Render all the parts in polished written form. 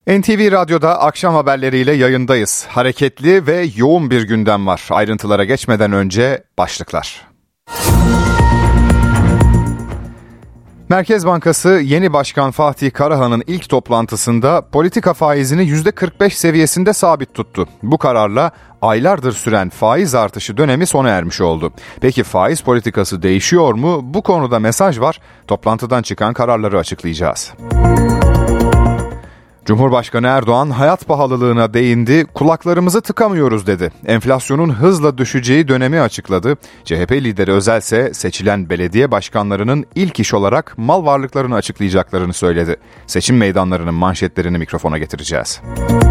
NTV Radyo'da akşam haberleriyle yayındayız. Hareketli ve yoğun bir gündem var. Ayrıntılara geçmeden önce başlıklar. Merkez Bankası yeni başkan Fatih Karahan'ın ilk toplantısında politika faizini %45 seviyesinde sabit tuttu. Bu kararla aylardır süren faiz artışı dönemi sona ermiş oldu. Peki faiz politikası değişiyor mu? Bu konuda mesaj var. Toplantıdan çıkan kararları açıklayacağız. Cumhurbaşkanı Erdoğan hayat pahalılığına değindi, kulaklarımızı tıkamıyoruz dedi. Enflasyonun hızla düşeceği dönemi açıkladı. CHP lideri Özel ise seçilen belediye başkanlarının ilk iş olarak mal varlıklarını açıklayacaklarını söyledi. Seçim meydanlarının manşetlerini mikrofona getireceğiz.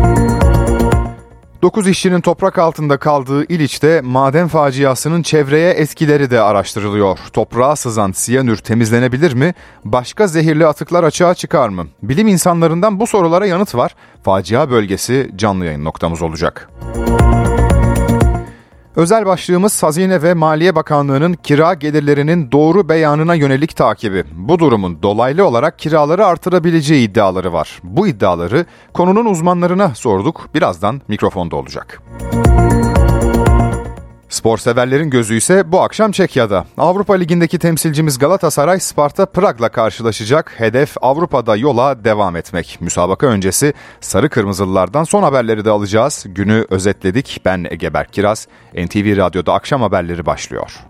9 işçinin toprak altında kaldığı İliç'te maden faciasının çevreye etkileri de araştırılıyor. Toprağa sızan siyanür temizlenebilir mi? Başka zehirli atıklar açığa çıkar mı? Bilim insanlarından bu sorulara yanıt var. Facia bölgesi canlı yayın noktamız olacak. Özel başlığımız Hazine ve Maliye Bakanlığı'nın kira gelirlerinin doğru beyanına yönelik takibi. Bu durumun dolaylı olarak kiraları artırabileceği iddiaları var. Bu iddiaları konunun uzmanlarına sorduk. Birazdan mikrofonda olacak. Spor severlerin gözü ise bu akşam Çekya'da. Avrupa Ligi'ndeki temsilcimiz Galatasaray Sparta Prag'la karşılaşacak. Hedef Avrupa'da yola devam etmek. Müsabaka öncesi sarı kırmızılılardan son haberleri de alacağız. Günü özetledik. Ben Egeber Kiraz. NTV Radyo'da akşam haberleri başlıyor.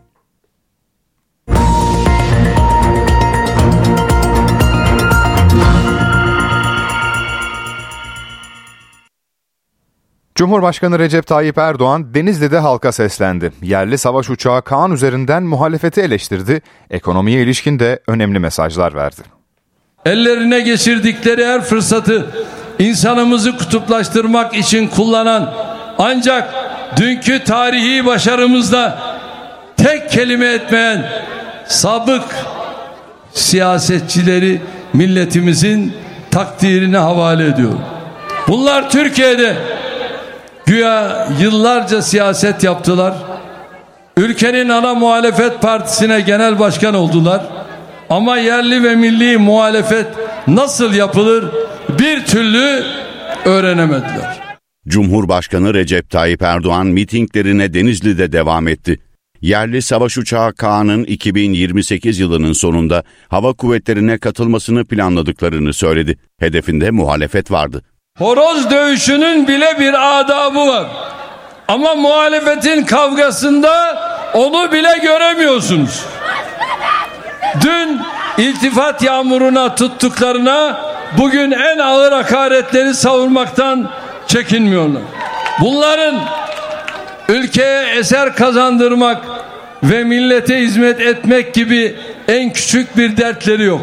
Cumhurbaşkanı Recep Tayyip Erdoğan Denizli'de halka seslendi. Yerli savaş uçağı Kaan üzerinden muhalefeti eleştirdi. Ekonomiye ilişkin de önemli mesajlar verdi. Ellerine geçirdikleri her fırsatı insanımızı kutuplaştırmak için kullanan, ancak dünkü tarihi başarımızda tek kelime etmeyen sabık siyasetçileri milletimizin takdirine havale ediyorum. Bunlar Türkiye'de güya yıllarca siyaset yaptılar. Ülkenin ana muhalefet partisine genel başkan oldular. Ama yerli ve milli muhalefet nasıl yapılır bir türlü öğrenemediler. Cumhurbaşkanı Recep Tayyip Erdoğan mitinglerine Denizli'de devam etti. Yerli savaş uçağı Kaan'ın 2028 yılının sonunda hava kuvvetlerine katılmasını planladıklarını söyledi. Hedefinde muhalefet vardı. Horoz dövüşünün bile bir adabı var. Ama muhalefetin kavgasında onu bile göremiyorsunuz. Dün iltifat yağmuruna tuttuklarına bugün en ağır hakaretleri savurmaktan çekinmiyorlar. Bunların ülkeye eser kazandırmak ve millete hizmet etmek gibi en küçük bir dertleri yok.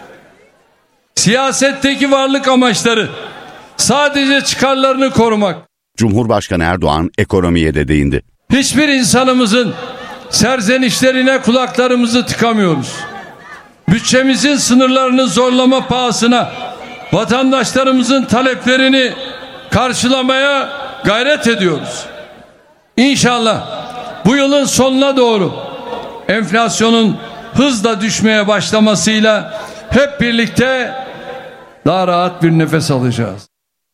Siyasetteki varlık amaçları sadece çıkarlarını korumak. Cumhurbaşkanı Erdoğan ekonomiye de değindi. Hiçbir insanımızın serzenişlerine kulaklarımızı tıkamıyoruz. Bütçemizin sınırlarını zorlama pahasına vatandaşlarımızın taleplerini karşılamaya gayret ediyoruz. İnşallah bu yılın sonuna doğru enflasyonun hızla düşmeye başlamasıyla hep birlikte daha rahat bir nefes alacağız.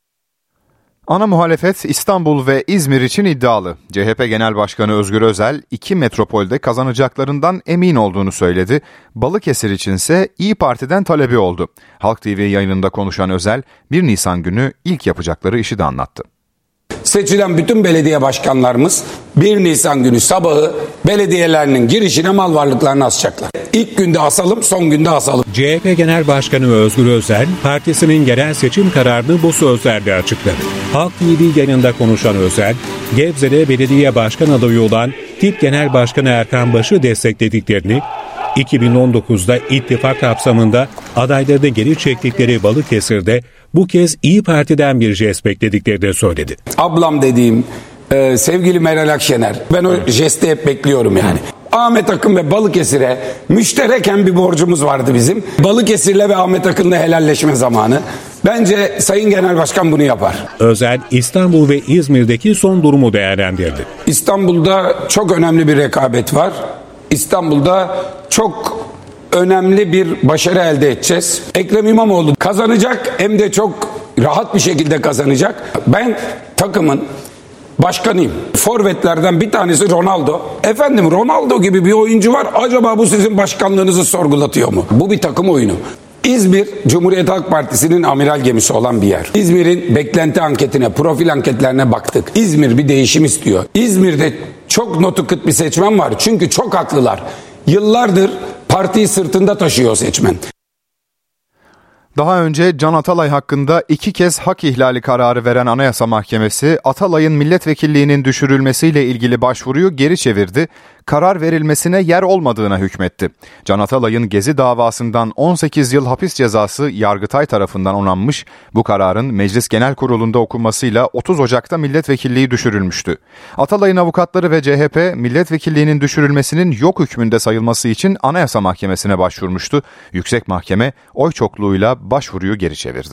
Ana muhalefet İstanbul ve İzmir için iddialı. CHP Genel Başkanı Özgür Özel, iki metropolde kazanacaklarından emin olduğunu söyledi. Balıkesir içinse İYİ Parti'den talebi oldu. Halk TV yayınında konuşan Özel, 1 Nisan günü ilk yapacakları işi de anlattı. Seçilen bütün belediye başkanlarımız 1 Nisan günü sabahı belediyelerinin girişine mal varlıklarını asacaklar. İlk günde asalım, son günde asalım. CHP Genel Başkanı Özgür Özel, partisinin genel seçim kararını bu sözlerle açıkladı. Halk TV yayınında konuşan Özel, Gebze'de belediye başkan adayı olan TİP Genel Başkanı Erkan Baş'ı desteklediklerini, 2019'da ittifak kapsamında adaylarını geri çektikleri Balıkesir'de bu kez İYİ Parti'den bir jest beklediklerini de söyledi. Ablam dediğim sevgili Meral Akşener, ben o jesti hep bekliyorum yani. Ahmet Akın ve Balıkesir'e müştereken bir borcumuz vardı bizim. Balıkesir'le ve Ahmet Akın'la helalleşme zamanı. Bence Sayın Genel Başkan bunu yapar. Özel İstanbul ve İzmir'deki son durumu değerlendirdi. İstanbul'da çok önemli bir rekabet var. İstanbul'da çok önemli bir başarı elde edeceğiz. Ekrem İmamoğlu kazanacak, hem de çok rahat bir şekilde kazanacak. Ben takımın başkanıyım. Forvetlerden bir tanesi Ronaldo. Efendim, Ronaldo gibi bir oyuncu var. Acaba bu sizin başkanlığınızı sorgulatıyor mu? Bu bir takım oyunu. İzmir, Cumhuriyet Halk Partisi'nin amiral gemisi olan bir yer. İzmir'in beklenti anketine, profil anketlerine baktık. İzmir bir değişim istiyor. İzmir'de çok notu kıt bir seçmen var. Çünkü çok haklılar. Yıllardır partiyi sırtında taşıyor seçmen. Daha önce Can Atalay hakkında 2 kez hak ihlali kararı veren Anayasa Mahkemesi, Atalay'ın milletvekilliğinin düşürülmesiyle ilgili başvuruyu geri çevirdi, karar verilmesine yer olmadığına hükmetti. Can Atalay'ın Gezi davasından 18 yıl hapis cezası Yargıtay tarafından onanmış, bu kararın Meclis Genel Kurulu'nda okunmasıyla 30 Ocak'ta milletvekilliği düşürülmüştü. Atalay'ın avukatları ve CHP, milletvekilliğinin düşürülmesinin yok hükmünde sayılması için Anayasa Mahkemesi'ne başvurmuştu. Yüksek Mahkeme oy çokluğuyla başvuruyu geri çevirdi.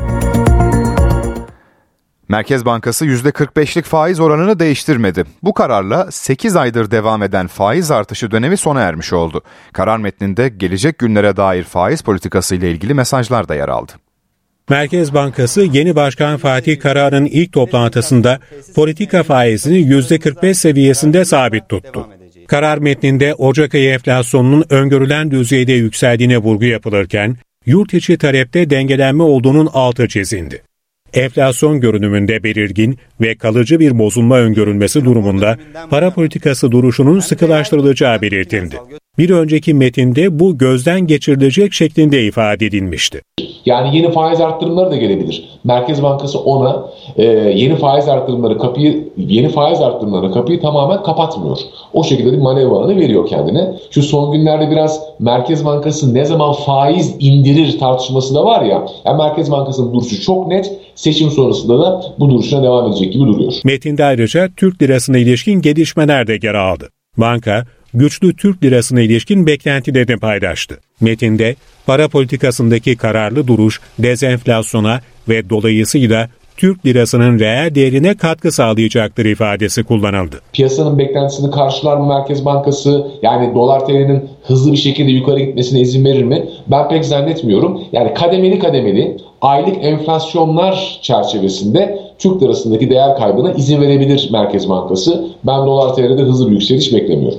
Merkez Bankası %45'lik faiz oranını değiştirmedi. Bu kararla 8 aydır devam eden faiz artışı dönemi sona ermiş oldu. Karar metninde gelecek günlere dair faiz politikası ile ilgili mesajlar da yer aldı. Merkez Bankası yeni başkan Fatih Karahan'ın ilk toplantısında politika faizini %45 seviyesinde sabit tuttu. Karar metninde Ocak ayı enflasyonunun öngörülen düzeyde yükseldiğine vurgu yapılırken, yurt içi talepte dengelenme olduğunun altı çizildi. Enflasyon görünümünde belirgin ve kalıcı bir bozulma öngörülmesi durumunda para politikası duruşunun sıkılaştırılacağı belirtildi. Bir önceki metinde bu gözden geçirilecek şeklinde ifade edilmişti. Yani yeni faiz arttırımları da gelebilir. Merkez Bankası ona yeni faiz arttırımlarına kapıyı tamamen kapatmıyor. O şekilde bir manevra alanı veriyor kendine. Şu son günlerde biraz Merkez Bankası ne zaman faiz indirir tartışması da var ya. Yani Merkez Bankası'nın duruşu çok net. Seçim sonrasında da bu duruşuna devam edecek gibi duruyor. Metinde ayrıca Türk lirasına ilişkin gelişmeler de yer aldı. Banka, güçlü Türk lirasına ilişkin beklentilerini paylaştı. Metinde para politikasındaki kararlı duruş dezenflasyona ve dolayısıyla Türk lirasının reel değerine katkı sağlayacaktır ifadesi kullanıldı. Piyasanın beklentisini karşılar mı Merkez Bankası? Yani dolar TL'nin hızlı bir şekilde yukarı gitmesine izin verir mi? Ben pek zannetmiyorum. Yani kademeli aylık enflasyonlar çerçevesinde Türk lirasındaki değer kaybına izin verebilir Merkez Bankası. Ben dolar TL'de hızlı bir yükseliş beklemiyorum.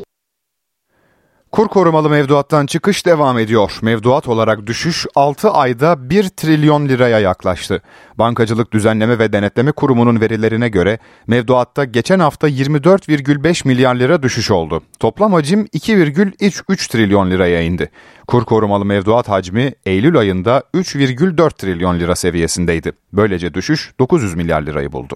Kur korumalı mevduattan çıkış devam ediyor. Mevduat olarak düşüş 6 ayda 1 trilyon liraya yaklaştı. Bankacılık Düzenleme ve Denetleme Kurumu'nun verilerine göre mevduatta geçen hafta 24,5 milyar lira düşüş oldu. Toplam hacim 2,3 trilyon liraya indi. Kur korumalı mevduat hacmi Eylül ayında 3,4 trilyon lira seviyesindeydi. Böylece düşüş 900 milyar lirayı buldu.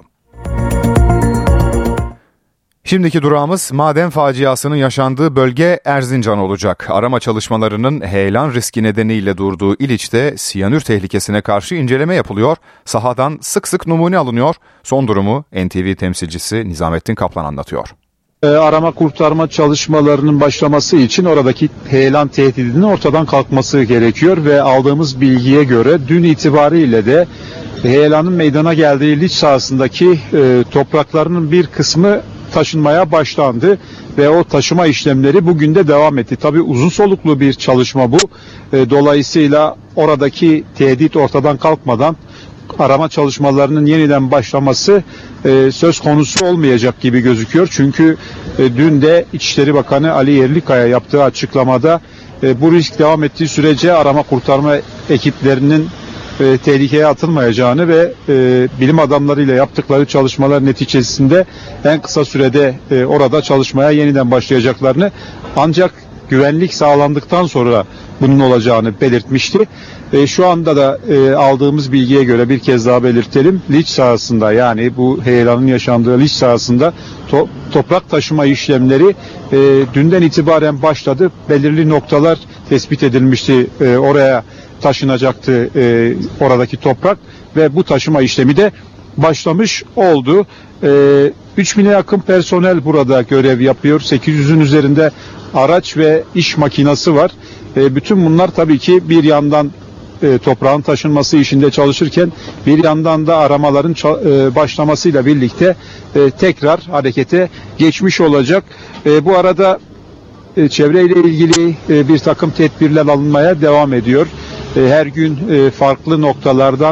Şimdiki durağımız maden faciasının yaşandığı bölge Erzincan olacak. Arama çalışmalarının heyelan riski nedeniyle durduğu İliç'te siyanür tehlikesine karşı inceleme yapılıyor. Sahadan sık sık numune alınıyor. Son durumu NTV temsilcisi Nizamettin Kaplan anlatıyor. Arama kurtarma çalışmalarının başlaması için oradaki heyelan tehdidinin ortadan kalkması gerekiyor ve aldığımız bilgiye göre dün itibariyle de heyelanın meydana geldiği İliç sahasındaki topraklarının bir kısmı taşınmaya başlandı ve o taşıma işlemleri bugün de devam etti. Tabii uzun soluklu bir çalışma bu. Dolayısıyla oradaki tehdit ortadan kalkmadan arama çalışmalarının yeniden başlaması söz konusu olmayacak gibi gözüküyor. Çünkü dün de İçişleri Bakanı Ali Yerlikaya yaptığı açıklamada bu risk devam ettiği sürece arama kurtarma ekiplerinin tehlikeye atılmayacağını ve bilim adamlarıyla yaptıkları çalışmalar neticesinde en kısa sürede orada çalışmaya yeniden başlayacaklarını, ancak güvenlik sağlandıktan sonra bunun olacağını belirtmişti. Şu anda da aldığımız bilgiye göre bir kez daha belirtelim. Liç sahasında, yani bu heyelanın yaşandığı Liç sahasında toprak taşıma işlemleri dünden itibaren başladı. Belirli noktalar tespit edilmişti. Oraya taşınacaktı oradaki toprak ve bu taşıma işlemi de başlamış oldu. 3000'e yakın personel burada görev yapıyor. 800'ün üzerinde araç ve iş makinası var. Bütün bunlar tabii ki bir yandan toprağın taşınması işinde çalışırken bir yandan da aramaların başlamasıyla birlikte tekrar harekete geçmiş olacak. Bu arada çevreyle ilgili bir takım tedbirler alınmaya devam ediyor. Her gün farklı noktalardan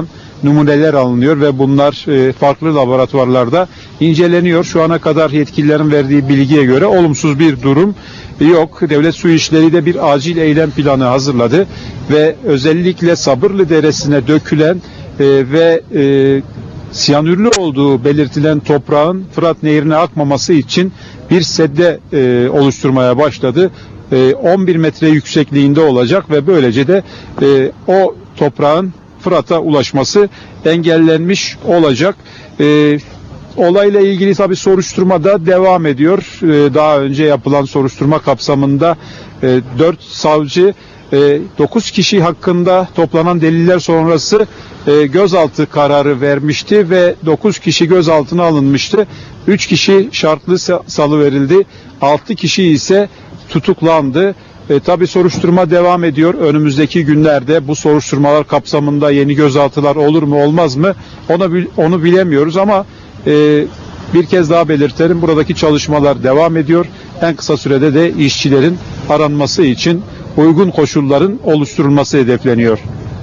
numuneler alınıyor ve bunlar farklı laboratuvarlarda inceleniyor. Şu ana kadar yetkililerin verdiği bilgiye göre olumsuz bir durum yok. Devlet Su İşleri de bir acil eylem planı hazırladı ve özellikle Sabırlı Deresi'ne dökülen ve siyanürlü olduğu belirtilen toprağın Fırat Nehri'ne akmaması için bir sedde oluşturmaya başladı. 11 metre yüksekliğinde olacak ve böylece de o toprağın Fırat'a ulaşması engellenmiş olacak. Olayla ilgili tabii soruşturma da devam ediyor. Daha önce yapılan soruşturma kapsamında 4 savcı 9 kişi hakkında toplanan deliller sonrası gözaltı kararı vermişti ve 9 kişi gözaltına alınmıştı. 3 kişi şartlı salıverildi. 6 kişi ise tutuklandı. Tabii soruşturma devam ediyor. Önümüzdeki günlerde bu soruşturmalar kapsamında yeni gözaltılar olur mu olmaz mı onu bilemiyoruz ama bir kez daha belirtelim, buradaki çalışmalar devam ediyor. En kısa sürede de işçilerin aranması için uygun koşulların oluşturulması hedefleniyor.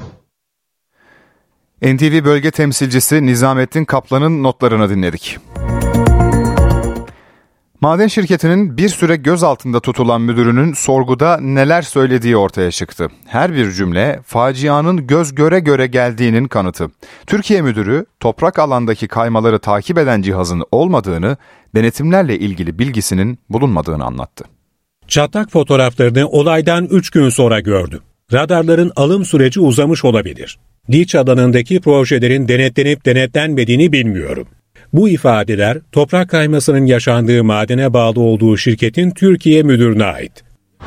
NTV Bölge Temsilcisi Nizamettin Kaplan'ın notlarını dinledik. Maden şirketinin bir süre gözaltında tutulan müdürünün sorguda neler söylediği ortaya çıktı. Her bir cümle facianın göz göre göre geldiğinin kanıtı. Türkiye müdürü toprak alandaki kaymaları takip eden cihazın olmadığını, denetimlerle ilgili bilgisinin bulunmadığını anlattı. Çatlak fotoğraflarını olaydan 3 gün sonra gördüm. Radarların alım süreci uzamış olabilir. Diç alanındaki projelerin denetlenip denetlenmediğini bilmiyorum. Bu ifadeler toprak kaymasının yaşandığı madene bağlı olduğu şirketin Türkiye müdürüne ait.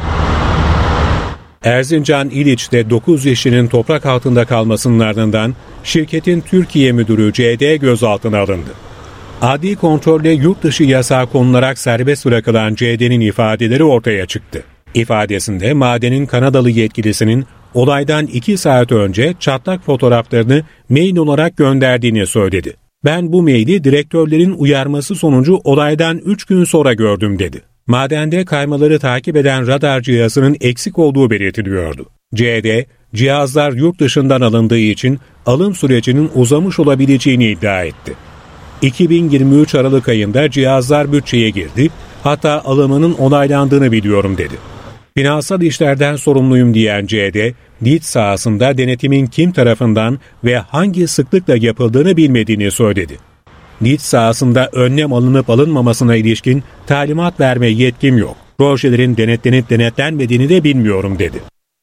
Erzincan İliç'te 9 işçinin toprak altında kalmasının ardından şirketin Türkiye müdürü CD gözaltına alındı. Adli kontrolle yurt dışı yasağı konularak serbest bırakılan CD'nin ifadeleri ortaya çıktı. İfadesinde madenin Kanadalı yetkilisinin olaydan 2 saat önce çatlak fotoğraflarını mail olarak gönderdiğini söyledi. Ben bu maili direktörlerin uyarması sonucu olaydan 3 gün sonra gördüm dedi. Madende kaymaları takip eden radar cihazının eksik olduğu belirtiliyordu. CD, cihazlar yurt dışından alındığı için alım sürecinin uzamış olabileceğini iddia etti. 2023 Aralık ayında cihazlar bütçeye girdi, hatta alımının onaylandığını biliyorum dedi. Finansal işlerden sorumluyum diyen CD, DİT sahasında denetimin kim tarafından ve hangi sıklıkla yapıldığını bilmediğini söyledi. DİT sahasında önlem alınıp alınmamasına ilişkin talimat verme yetkim yok. Projelerin denetlenip denetlenmediğini de bilmiyorum dedi.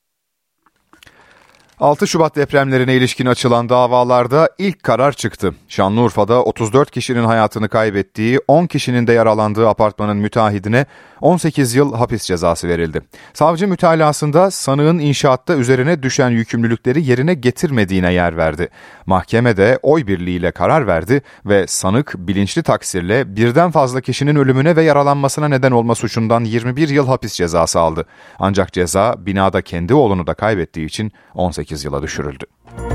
6 Şubat depremlerine ilişkin açılan davalarda ilk karar çıktı. Şanlıurfa'da 34 kişinin hayatını kaybettiği, 10 kişinin de yaralandığı apartmanın müteahhidine 18 yıl hapis cezası verildi. Savcı mütalasında sanığın inşaatta üzerine düşen yükümlülükleri yerine getirmediğine yer verdi. Mahkemede oy birliğiyle karar verdi ve sanık bilinçli taksirle birden fazla kişinin ölümüne ve yaralanmasına neden olma suçundan 21 yıl hapis cezası aldı. Ancak ceza binada kendi oğlunu da kaybettiği için 18 yıla düşürüldü.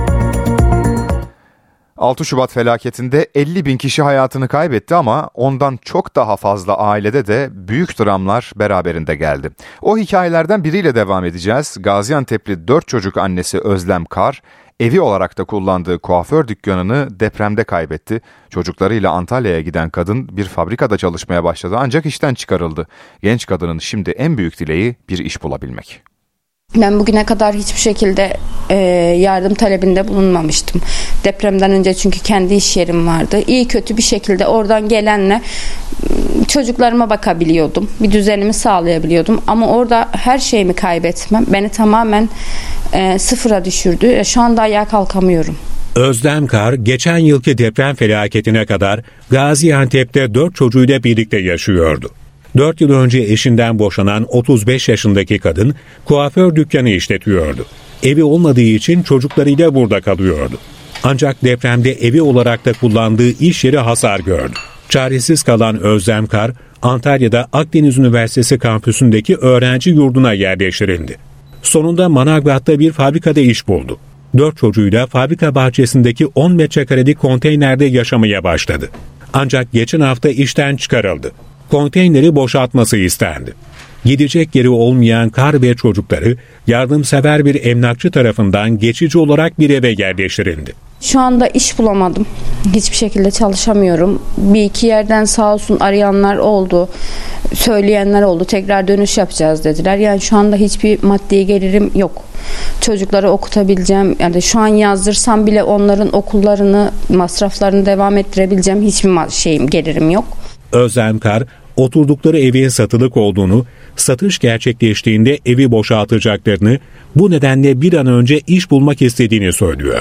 6 Şubat felaketinde 50 bin kişi hayatını kaybetti ama ondan çok daha fazla ailede de büyük dramlar beraberinde geldi. O hikayelerden biriyle devam edeceğiz. Gaziantep'li 4 çocuk annesi Özlem Kar, evi olarak da kullandığı kuaför dükkanını depremde kaybetti. Çocuklarıyla Antalya'ya giden kadın bir fabrikada çalışmaya başladı ancak işten çıkarıldı. Genç kadının şimdi en büyük dileği bir iş bulabilmek. Ben bugüne kadar hiçbir şekilde yardım talebinde bulunmamıştım. Depremden önce çünkü kendi iş yerim vardı. İyi kötü bir şekilde oradan gelenle çocuklarıma bakabiliyordum. Bir düzenimi sağlayabiliyordum. Ama orada her şeyimi kaybetmem beni tamamen sıfıra düşürdü. Şu anda ayağa kalkamıyorum. Özlem Kar geçen yılki deprem felaketine kadar Gaziantep'te 4 çocuğuyla birlikte yaşıyordu. 4 yıl önce eşinden boşanan 35 yaşındaki kadın kuaför dükkanı işletiyordu. Evi olmadığı için çocuklarıyla burada kalıyordu. Ancak depremde evi olarak da kullandığı iş yeri hasar gördü. Çaresiz kalan Özlem Kar, Antalya'da Akdeniz Üniversitesi kampüsündeki öğrenci yurduna yerleştirildi. Sonunda Manavgat'ta bir fabrikada iş buldu. 4 çocuğuyla fabrika bahçesindeki 10 metrekarelik konteynerde yaşamaya başladı. Ancak geçen hafta işten çıkarıldı. Konteyneri boşaltması istendi. gidecek yeri olmayan Kar ve çocukları yardımsever bir emlakçı tarafından geçici olarak bir eve yerleştirildi. Şu anda iş bulamadım. Hiçbir şekilde çalışamıyorum. Bir iki yerden sağ olsun arayanlar oldu. Söyleyenler oldu. Tekrar dönüş yapacağız dediler. Yani şu anda hiçbir maddi gelirim yok. Çocukları okutabileceğim. Yani şu an yazdırsam bile onların okullarını, masraflarını devam ettirebileceğim hiçbir gelirim yok. Özlem Kar, oturdukları evin satılık olduğunu, satış gerçekleştiğinde evi boşaltacaklarını, bu nedenle bir an önce iş bulmak istediğini söylüyor.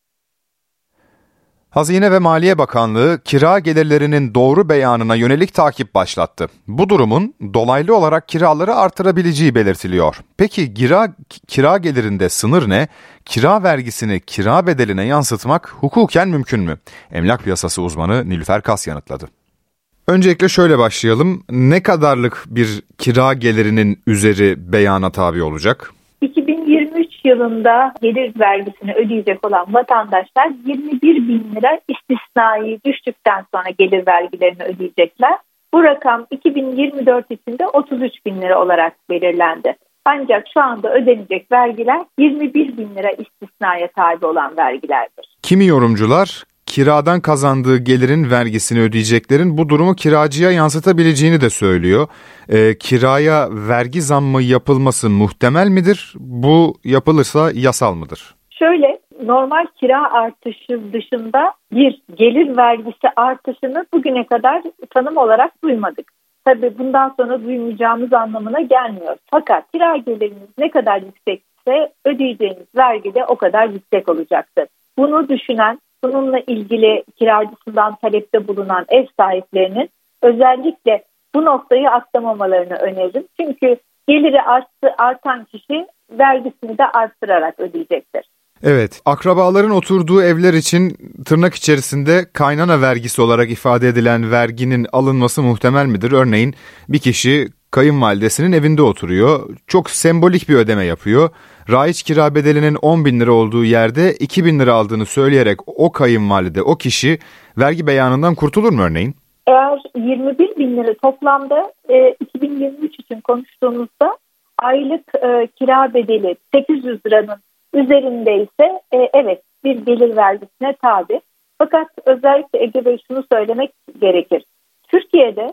Hazine ve Maliye Bakanlığı kira gelirlerinin doğru beyanına yönelik takip başlattı. Bu durumun dolaylı olarak kiraları artırabileceği belirtiliyor. Peki kira gelirinde sınır ne? Kira vergisini kira bedeline yansıtmak hukuken mümkün mü? Emlak piyasası uzmanı Nilüfer Kas yanıtladı. Öncelikle şöyle başlayalım. Ne kadarlık bir kira gelirinin üzeri beyana tabi olacak? 2023 yılında gelir vergisini ödeyecek olan vatandaşlar 21 bin lira istisnai düştükten sonra gelir vergilerini ödeyecekler. Bu rakam 2024 için de 33 bin lira olarak belirlendi. Ancak şu anda ödenecek vergiler 21 bin lira istisnaya tabi olan vergilerdir. Kimi yorumcular kiradan kazandığı gelirin vergisini ödeyeceklerin bu durumu kiracıya yansıtabileceğini de söylüyor. Kiraya vergi zammı yapılması muhtemel midir? Bu yapılırsa yasal mıdır? Şöyle, normal kira artışı dışında bir gelir vergisi artışını bugüne kadar tanım olarak duymadık. Tabii bundan sonra duymayacağımız anlamına gelmiyor. Fakat kira geliriniz ne kadar yüksekse ödeyeceğiniz vergi de o kadar yüksek olacaktır. Bunu düşünen, bununla ilgili kiracısından talepte bulunan ev sahiplerinin özellikle bu noktayı atlamamalarını öneririm. Çünkü geliri artan kişi vergisini de arttırarak ödeyecektir. Evet, akrabaların oturduğu evler için tırnak içerisinde kaynana vergisi olarak ifade edilen verginin alınması muhtemel midir? Örneğin bir kişi kayınvalidesinin evinde oturuyor, çok sembolik bir ödeme yapıyor. Raiç kira bedelinin 10 bin lira olduğu yerde 2 bin lira aldığını söyleyerek o kayınvalide, o kişi vergi beyanından kurtulur mu örneğin? Eğer 21 bin lira toplamda 2023 için konuştuğumuzda aylık kira bedeli 800 liranın üzerindeyse evet bir gelir vergisine tabi. Fakat özellikle Ege Bey şunu söylemek gerekir. Türkiye'de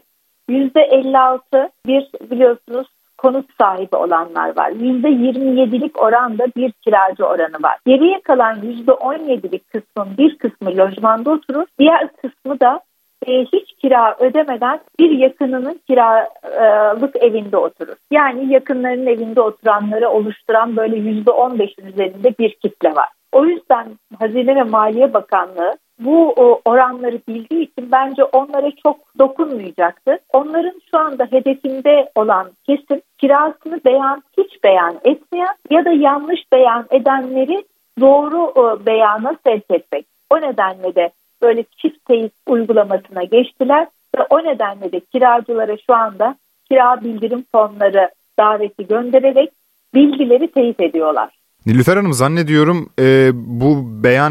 %56 bir biliyorsunuz konut sahibi olanlar var. %27'lik oranda bir kiracı oranı var. Geriye kalan %17'lik kısmın bir kısmı lojmanda oturur. Diğer kısmı da hiç kira ödemeden bir yakınının kiralık evinde oturur. Yani yakınlarının evinde oturanları oluşturan böyle %15'in üzerinde bir kitle var. O yüzden Hazine ve Maliye Bakanlığı bu oranları bildiği için bence onlara çok dokunmayacaktır. Onların şu anda hedefinde olan kesim kirasını hiç beyan etmeyen ya da yanlış beyan edenleri doğru beyana sevk etmek. O nedenle de böyle çift teyit uygulamasına geçtiler ve o nedenle de kiracılara şu anda kira bildirim fonları daveti göndererek bilgileri teyit ediyorlar. Nilüfer Hanım zannediyorum bu beyan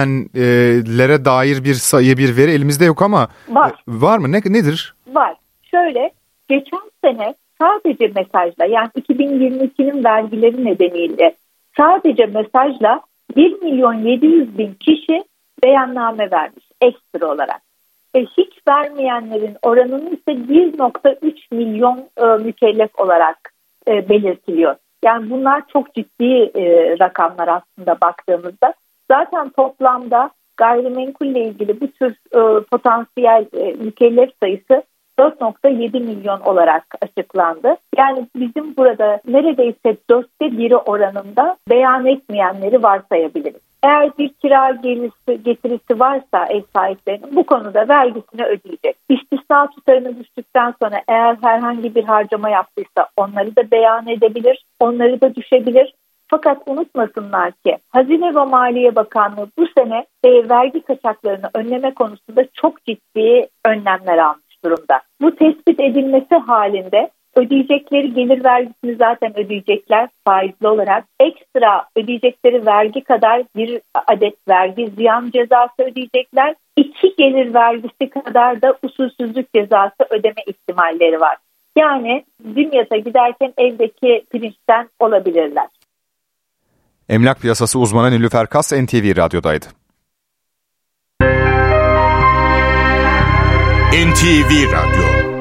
etmeyenlere dair bir sayı, bir veri elimizde yok ama var mı? Nedir? Var. Şöyle, geçen sene sadece mesajla, yani 2022'nin vergileri nedeniyle sadece mesajla 1.700.000 kişi beyanname vermiş ekstra olarak. Hiç vermeyenlerin oranının ise 1.3 milyon mükellef olarak belirtiliyor. Yani bunlar çok ciddi rakamlar aslında baktığımızda. Zaten toplamda gayrimenkulle ilgili bu tür potansiyel mükellef sayısı 4.7 milyon olarak açıklandı. Yani bizim burada neredeyse 1/4 oranında beyan etmeyenleri varsayabiliriz. Eğer bir kira getirisi varsa ev sahiplerinin bu konuda vergisini ödeyecek. İstisna tutarını düştükten sonra eğer herhangi bir harcama yaptıysa onları da beyan edebilir, onları da düşebilir. Fakat unutmasınlar ki Hazine ve Maliye Bakanlığı bu sene vergi kaçaklarını önleme konusunda çok ciddi önlemler almış durumda. Bu tespit edilmesi halinde ödeyecekleri gelir vergisini zaten ödeyecekler faizli olarak. Ekstra ödeyecekleri vergi kadar bir adet vergi ziyan cezası ödeyecekler. 2 gelir vergisi kadar da usulsüzlük cezası ödeme ihtimalleri var. Yani Dimyat'a giderken evdeki pirinçten olabilirler. Emlak piyasası uzmanı Nilüfer Kas NTV Radyo'daydı. NTV Radyo.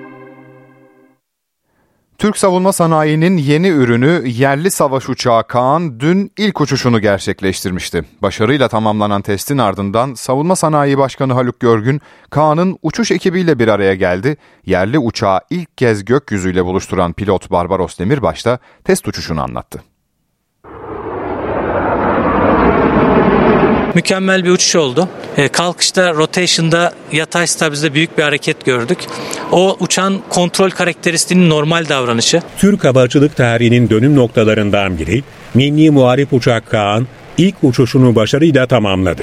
Türk savunma sanayinin yeni ürünü yerli savaş uçağı Kaan dün ilk uçuşunu gerçekleştirmişti. Başarıyla tamamlanan testin ardından Savunma Sanayi Başkanı Haluk Görgün, Kaan'ın uçuş ekibiyle bir araya geldi. Yerli uçağı ilk kez gökyüzüyle buluşturan pilot Barbaros Demirbaş da test uçuşunu anlattı. Mükemmel bir uçuş oldu. Kalkışta, rotation'da, yatay stabilizde büyük bir hareket gördük. O uçağın kontrol karakteristiğinin normal davranışı. Türk havacılık tarihinin dönüm noktalarından biri, Milli Muharip Uçak Kaan ilk uçuşunu başarıyla tamamladı.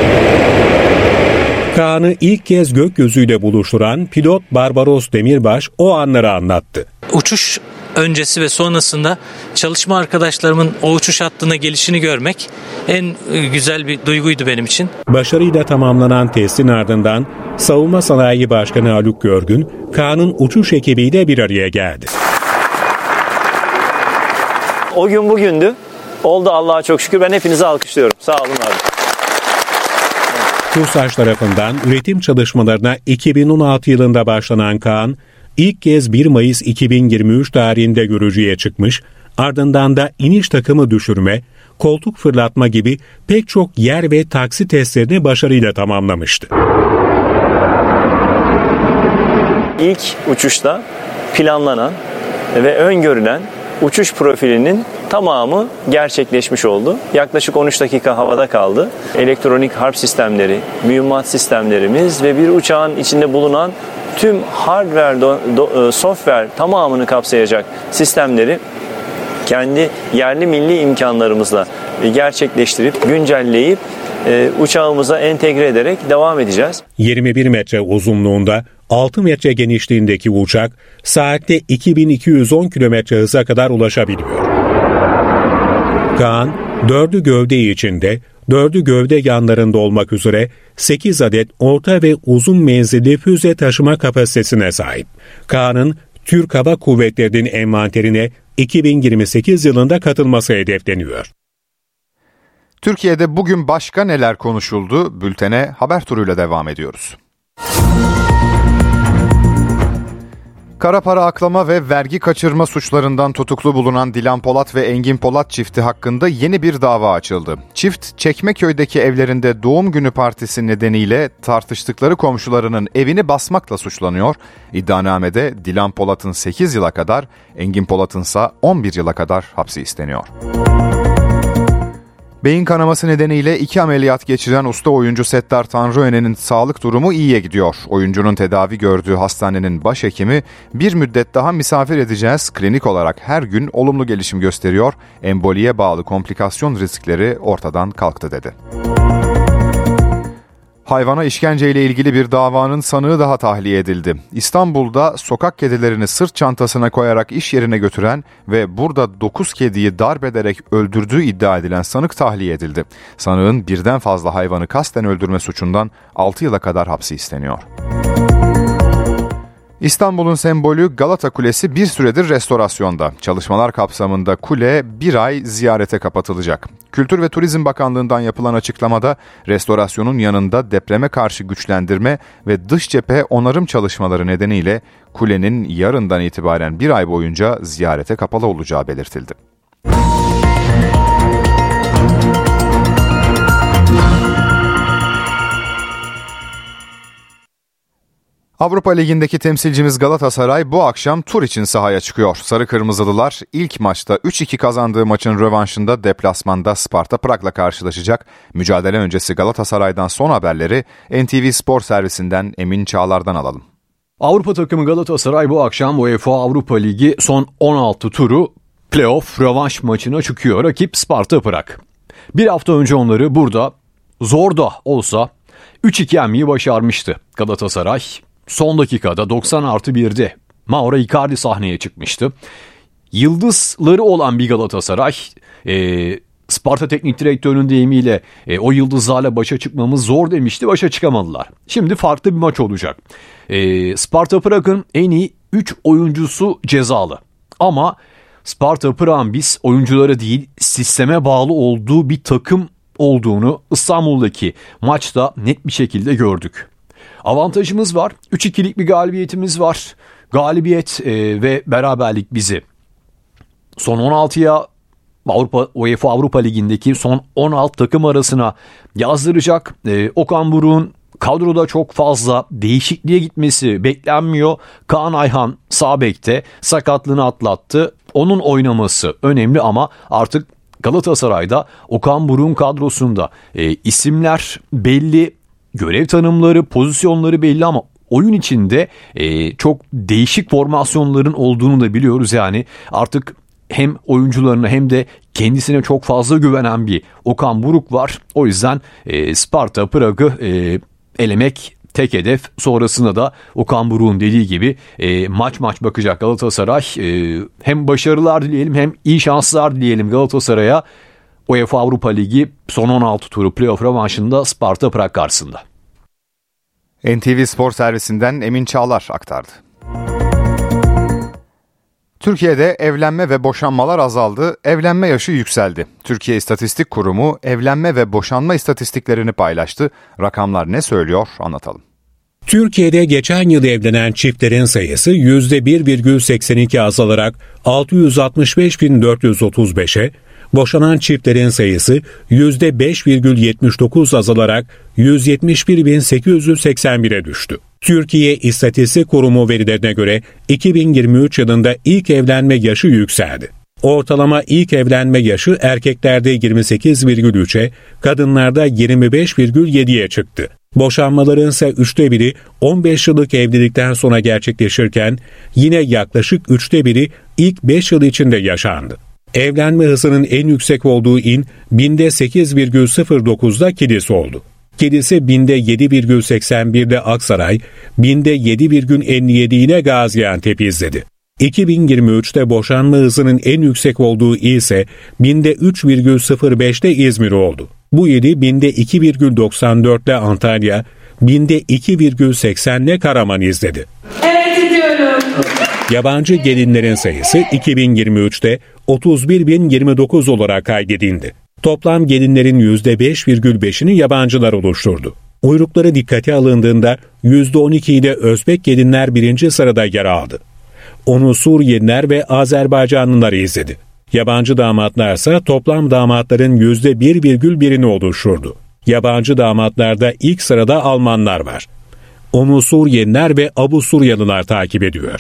Kaan'ı ilk kez gökyüzüyle buluşturan pilot Barbaros Demirbaş o anları anlattı. Uçuş öncesi ve sonrasında çalışma arkadaşlarımın o uçuş hattına gelişini görmek en güzel bir duyguydu benim için. Başarıyla tamamlanan testin ardından Savunma Sanayi Başkanı Haluk Görgün, Kaan'ın uçuş ekibiyle bir araya geldi. O gün bugündü. Oldu Allah'a çok şükür. Ben hepinizi alkışlıyorum. Sağ olun abi. TUSAŞ tarafından üretim çalışmalarına 2016 yılında başlanan Kaan, İlk kez 1 Mayıs 2023 tarihinde görücüye çıkmış, ardından da iniş takımı düşürme, koltuk fırlatma gibi pek çok yer ve taksi testlerini başarıyla tamamlamıştı. İlk uçuşta planlanan ve öngörülen uçuş profilinin tamamı gerçekleşmiş oldu. Yaklaşık 13 dakika havada kaldı. Elektronik harp sistemleri, mühimmat sistemlerimiz ve bir uçağın içinde bulunan tüm hardware, software tamamını kapsayacak sistemleri kendi yerli milli imkanlarımızla gerçekleştirip, güncelleyip uçağımıza entegre ederek devam edeceğiz. 21 metre uzunluğunda, 6 metre genişliğindeki uçak saatte 2210 km hıza kadar ulaşabiliyor. Kaan, 4'ü gövde içinde, 4'ü gövde yanlarında olmak üzere 8 adet orta ve uzun menzilli füze taşıma kapasitesine sahip. Kaan'ın Türk Hava Kuvvetleri'nin envanterine 2028 yılında katılması hedefleniyor. Türkiye'de bugün başka neler konuşuldu? Bültene haber turuyla devam ediyoruz. Kara para aklama ve vergi kaçırma suçlarından tutuklu bulunan Dilan Polat ve Engin Polat çifti hakkında yeni bir dava açıldı. Çift, Çekmeköy'deki evlerinde doğum günü partisi nedeniyle tartıştıkları komşularının evini basmakla suçlanıyor. İddianamede Dilan Polat'ın 8 yıla kadar, Engin Polat'ın ise 11 yıla kadar hapsi isteniyor. Beyin kanaması nedeniyle 2 ameliyat geçiren usta oyuncu Settar Tanrıören'in sağlık durumu iyiye gidiyor. Oyuncunun tedavi gördüğü hastanenin başhekimi, "Bir müddet daha misafir edeceğiz, klinik olarak her gün olumlu gelişim gösteriyor, emboliye bağlı komplikasyon riskleri ortadan kalktı" dedi. Hayvana işkenceyle ilgili bir davanın sanığı daha tahliye edildi. İstanbul'da sokak kedilerini sırt çantasına koyarak iş yerine götüren ve burada 9 kediyi darp ederek öldürdüğü iddia edilen sanık tahliye edildi. Sanığın birden fazla hayvanı kasten öldürme suçundan 6 yıla kadar hapsi isteniyor. İstanbul'un sembolü Galata Kulesi bir süredir restorasyonda. Çalışmalar kapsamında kule bir ay ziyarete kapatılacak. Kültür ve Turizm Bakanlığı'ndan yapılan açıklamada restorasyonun yanında depreme karşı güçlendirme ve dış cephe onarım çalışmaları nedeniyle kulenin yarından itibaren bir ay boyunca ziyarete kapalı olacağı belirtildi. Avrupa Ligi'ndeki temsilcimiz Galatasaray bu akşam tur için sahaya çıkıyor. Sarı Kırmızılılar ilk maçta 3-2 kazandığı maçın rövanşında deplasmanda Sparta Prag'la karşılaşacak. Mücadele öncesi Galatasaray'dan son haberleri NTV Spor Servisinden Emin Çağlar'dan alalım. Avrupa takımı Galatasaray bu akşam UEFA Avrupa Ligi son 16 turu playoff rövanş maçına çıkıyor. Rakip Sparta Prag. Bir hafta önce onları burada zor da olsa 3-2 yenmeyi başarmıştı Galatasaray. Son dakikada 90+1'de Mauro Icardi sahneye çıkmıştı. Yıldızları olan bir Galatasaray, Sparta Teknik Direktörü'nün deyimiyle o yıldızlarla başa çıkmamız zor demişti, başa çıkamadılar. Şimdi farklı bir maç olacak. Sparta Prag'ın en iyi 3 oyuncusu cezalı. Ama Sparta Prag'ın biz oyunculara değil sisteme bağlı olduğu bir takım olduğunu İstanbul'daki maçta net bir şekilde gördük. Avantajımız var. 3-2'lik bir galibiyetimiz var. Galibiyet ve beraberlik bizi son 16'ya UEFA Avrupa Ligi'ndeki son 16 takım arasına yazdıracak. Okan Buruk'un kadroda çok fazla değişikliğe gitmesi beklenmiyor. Kaan Ayhan sağ bekte sakatlığını atlattı. Onun oynaması önemli ama artık Galatasaray'da Okan Buruk'un kadrosunda isimler belli, görev tanımları, pozisyonları belli ama oyun içinde çok değişik formasyonların olduğunu da biliyoruz. Yani artık hem oyuncularına hem de kendisine çok fazla güvenen bir Okan Buruk var. O yüzden Sparta Prag'ı elemek tek hedef. Sonrasında da Okan Buruk'un dediği gibi maç bakacak Galatasaray. Hem başarılar dileyelim hem iyi şanslar dileyelim Galatasaray'a. UEFA Avrupa Ligi son 16 turu playoff rövanşında Sparta Prag karşısında. NTV Spor Servisinden Emin Çağlar aktardı. Türkiye'de evlenme ve boşanmalar azaldı, evlenme yaşı yükseldi. Türkiye İstatistik Kurumu evlenme ve boşanma istatistiklerini paylaştı. Rakamlar ne söylüyor anlatalım. Türkiye'de geçen yıl evlenen çiftlerin sayısı %1,82 azalarak 665.435'e, boşanan çiftlerin sayısı %5,79 azalarak 171.881'e düştü. Türkiye İstatistik Kurumu verilerine göre 2023 yılında ilk evlenme yaşı yükseldi. Ortalama ilk evlenme yaşı erkeklerde 28,3'e, kadınlarda 25,7'ye çıktı. Boşanmaların ise 1/3'ü 15 yıllık evlilikten sonra gerçekleşirken yine yaklaşık 1/3'ü ilk 5 yıl içinde yaşandı. Evlenme hızının en yüksek olduğu il binde 8,09'da Kilis oldu. Kilis'i binde 7,81'de Aksaray, binde 7,57 ile Gaziantep izledi. 2023'te boşanma hızının en yüksek olduğu il ise binde 3,05'te İzmir oldu. Bu ili binde 2,94'le Antalya, binde 2,80'le Karaman izledi. Evet diyorum. Yabancı gelinlerin sayısı 2023'te 31.029 olarak kaydedildi. Toplam gelinlerin %5,5'ini yabancılar oluşturdu. Uyrukları dikkate alındığında %12 ile Özbek gelinler birinci sırada yer aldı. Onu Suriyeliler ve Azerbaycanlılar izledi. Yabancı damatlar ise toplam damatların %1,1'ini oluşturdu. Yabancı damatlarda ilk sırada Almanlar var. Onu Suriyeliler ve Avusturyalılar takip ediyor.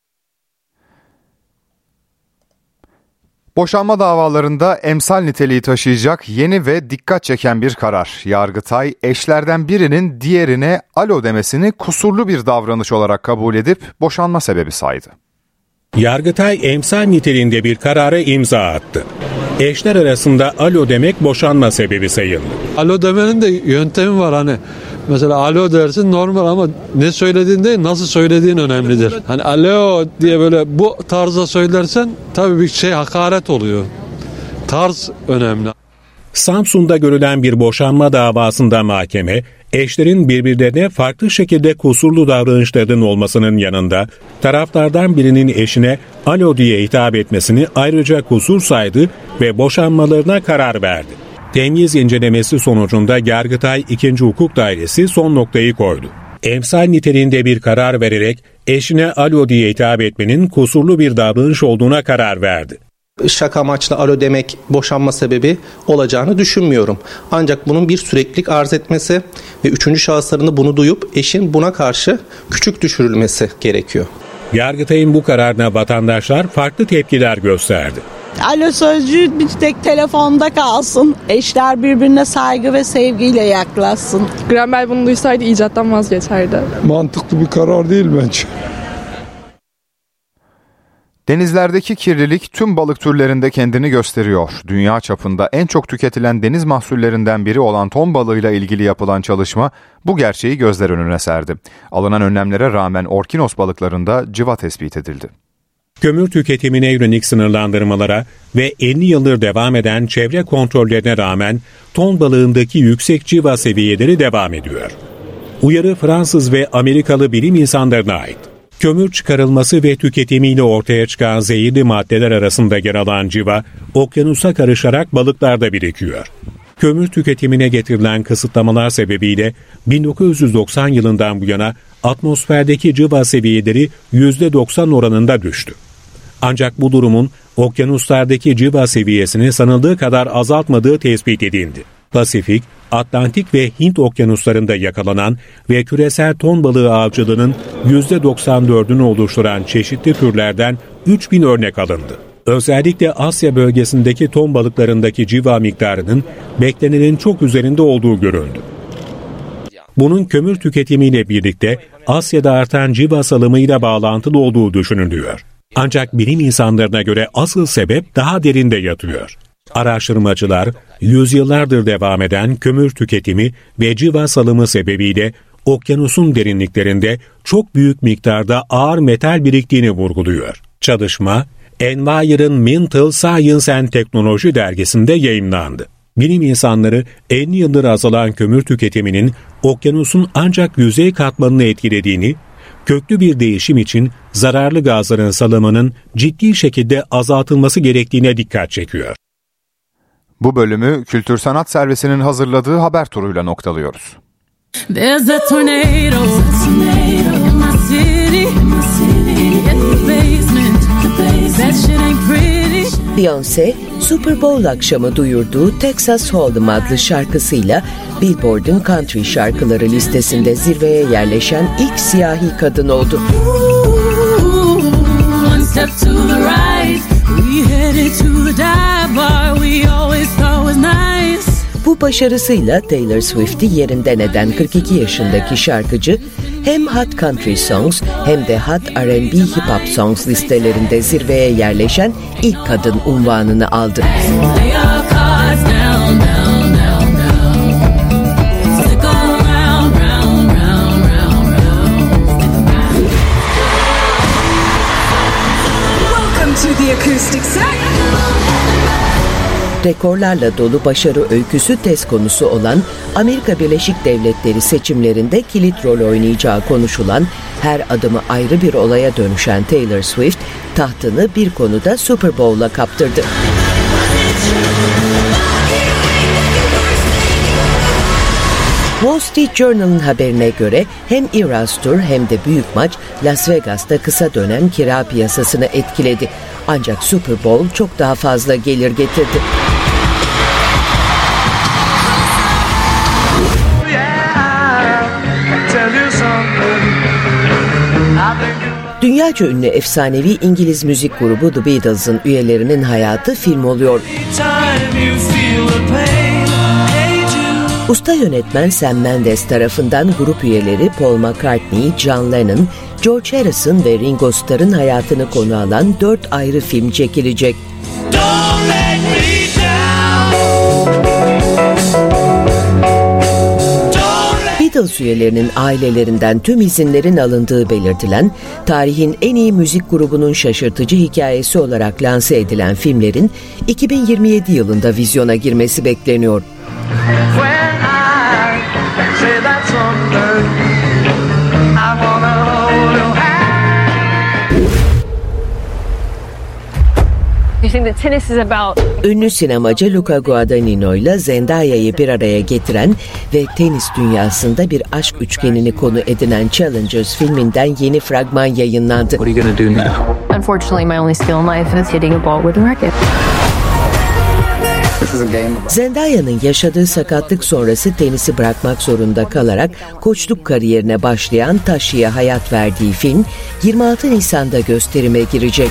Boşanma davalarında emsal niteliği taşıyacak yeni ve dikkat çeken bir karar. Yargıtay, eşlerden birinin diğerine alo demesini kusurlu bir davranış olarak kabul edip boşanma sebebi saydı. Yargıtay emsal niteliğinde bir karara imza attı. Eşler arasında alo demek boşanma sebebi sayıldı. Alo demenin de yöntemi var hani. Mesela alo dersin normal ama ne söylediğin değil nasıl söylediğin önemlidir. Hani alo diye böyle bu tarzda söylersen tabii bir hakaret oluyor. Tarz önemli. Samsun'da görülen bir boşanma davasında mahkeme, eşlerin birbirlerine farklı şekilde kusurlu davranışlarının olmasının yanında taraflardan birinin eşine alo diye hitap etmesini ayrıca kusur saydı ve boşanmalarına karar verdi. Temyiz incelemesi sonucunda Yargıtay 2. Hukuk Dairesi son noktayı koydu. Emsal niteliğinde bir karar vererek eşine alo diye hitap etmenin kusurlu bir davranış olduğuna karar verdi. Şaka amaçlı alo demek boşanma sebebi olacağını düşünmüyorum. Ancak bunun bir süreklilik arz etmesi ve üçüncü şahıslarında bunu duyup eşin buna karşı küçük düşürülmesi gerekiyor. Yargıtay'ın bu kararına vatandaşlar farklı tepkiler gösterdi. Alo sözcüğü bir tek telefonda kalsın. Eşler birbirine saygı ve sevgiyle yaklaşsın. Graham Bell bunu duysaydı icattan vazgeçerdi. Mantıklı bir karar değil bence. Denizlerdeki kirlilik tüm balık türlerinde kendini gösteriyor. Dünya çapında en çok tüketilen deniz mahsullerinden biri olan ton balığıyla ilgili yapılan çalışma bu gerçeği gözler önüne serdi. Alınan önlemlere rağmen orkinos balıklarında cıva tespit edildi. Kömür tüketimine yönelik sınırlandırmalara ve 50 yıldır devam eden çevre kontrollerine rağmen ton balığındaki yüksek cıva seviyeleri devam ediyor. Uyarı Fransız ve Amerikalı bilim insanlarına ait. Kömür çıkarılması ve tüketimiyle ortaya çıkan zehirli maddeler arasında yer alan civa, okyanusa karışarak balıklarda birikiyor. Kömür tüketimine getirilen kısıtlamalar sebebiyle 1990 yılından bu yana atmosferdeki civa seviyeleri %90 oranında düştü. Ancak bu durumun okyanuslardaki civa seviyesini sanıldığı kadar azaltmadığı tespit edildi. Pasifik, Atlantik ve Hint okyanuslarında yakalanan ve küresel ton balığı avcılığının %94'ünü oluşturan çeşitli türlerden 3000 örnek alındı. Özellikle Asya bölgesindeki ton balıklarındaki civa miktarının beklenenin çok üzerinde olduğu görüldü. Bunun kömür tüketimiyle birlikte Asya'da artan civa salımıyla bağlantılı olduğu düşünülüyor. Ancak bilim insanlarına göre asıl sebep daha derinde yatıyor. Araştırmacılar, yüzyıllardır devam eden kömür tüketimi ve civa salımı sebebiyle okyanusun derinliklerinde çok büyük miktarda ağır metal biriktiğini vurguluyor. Çalışma, Environmental Mental Science and Technology dergisinde yayımlandı. Bilim insanları 50 yıldır azalan kömür tüketiminin okyanusun ancak yüzey katmanını etkilediğini, köklü bir değişim için zararlı gazların salımının ciddi şekilde azaltılması gerektiğine dikkat çekiyor. Bu bölümü Kültür Sanat Servisi'nin hazırladığı haber turuyla noktalıyoruz. There's a tornado in my city, in the basement, that shit ain't pretty. Beyoncé, Super Bowl akşamı duyurduğu Texas Hold'em adlı şarkısıyla Billboard'un country şarkıları listesinde zirveye yerleşen ilk siyahi kadın oldu. One step to the right, we headed to the dive bar we always thought was nice. Bu başarısıyla Taylor Swift'i yerinden eden 42 yaşındaki şarkıcı hem Hot Country Songs hem de Hot R&B Hip Hop Songs listelerinde zirveye yerleşen ilk kadın unvanını aldı. Rekorlarla dolu başarı öyküsü tez konusu olan Amerika Birleşik Devletleri seçimlerinde kilit rol oynayacağı konuşulan, her adımı ayrı bir olaya dönüşen Taylor Swift, tahtını bir konuda Super Bowl'a kaptırdı. Wall Street Journal'ın haberine göre hem Eras Tour hem de büyük maç Las Vegas'ta kısa dönem kira piyasasını etkiledi. Ancak Super Bowl çok daha fazla gelir getirdi. Dünyaca ünlü efsanevi İngiliz müzik grubu The Beatles'ın üyelerinin hayatı film oluyor. Usta yönetmen Sam Mendes tarafından grup üyeleri Paul McCartney, John Lennon, George Harrison ve Ringo Starr'ın hayatını konu alan 4 ayrı film çekilecek. Beatles üyelerinin ailelerinden tüm izinlerin alındığı belirtilen, tarihin en iyi müzik grubunun şaşırtıcı hikayesi olarak lanse edilen filmlerin 2027 yılında vizyona girmesi bekleniyor. Ünlü sinemacı Luca Guadagnino ile Zendaya'yı bir araya getiren ve tenis dünyasında bir aşk üçgenini konu edinen Challengers filminden yeni fragman yayınlandı. What are you gonna do now? Unfortunately, my only skill in life is hitting a ball with a racket. Zendaya'nın yaşadığı sakatlık sonrası tenisi bırakmak zorunda kalarak koçluk kariyerine başlayan Tashi'ye hayat verdiği film 26 Nisan'da gösterime girecek.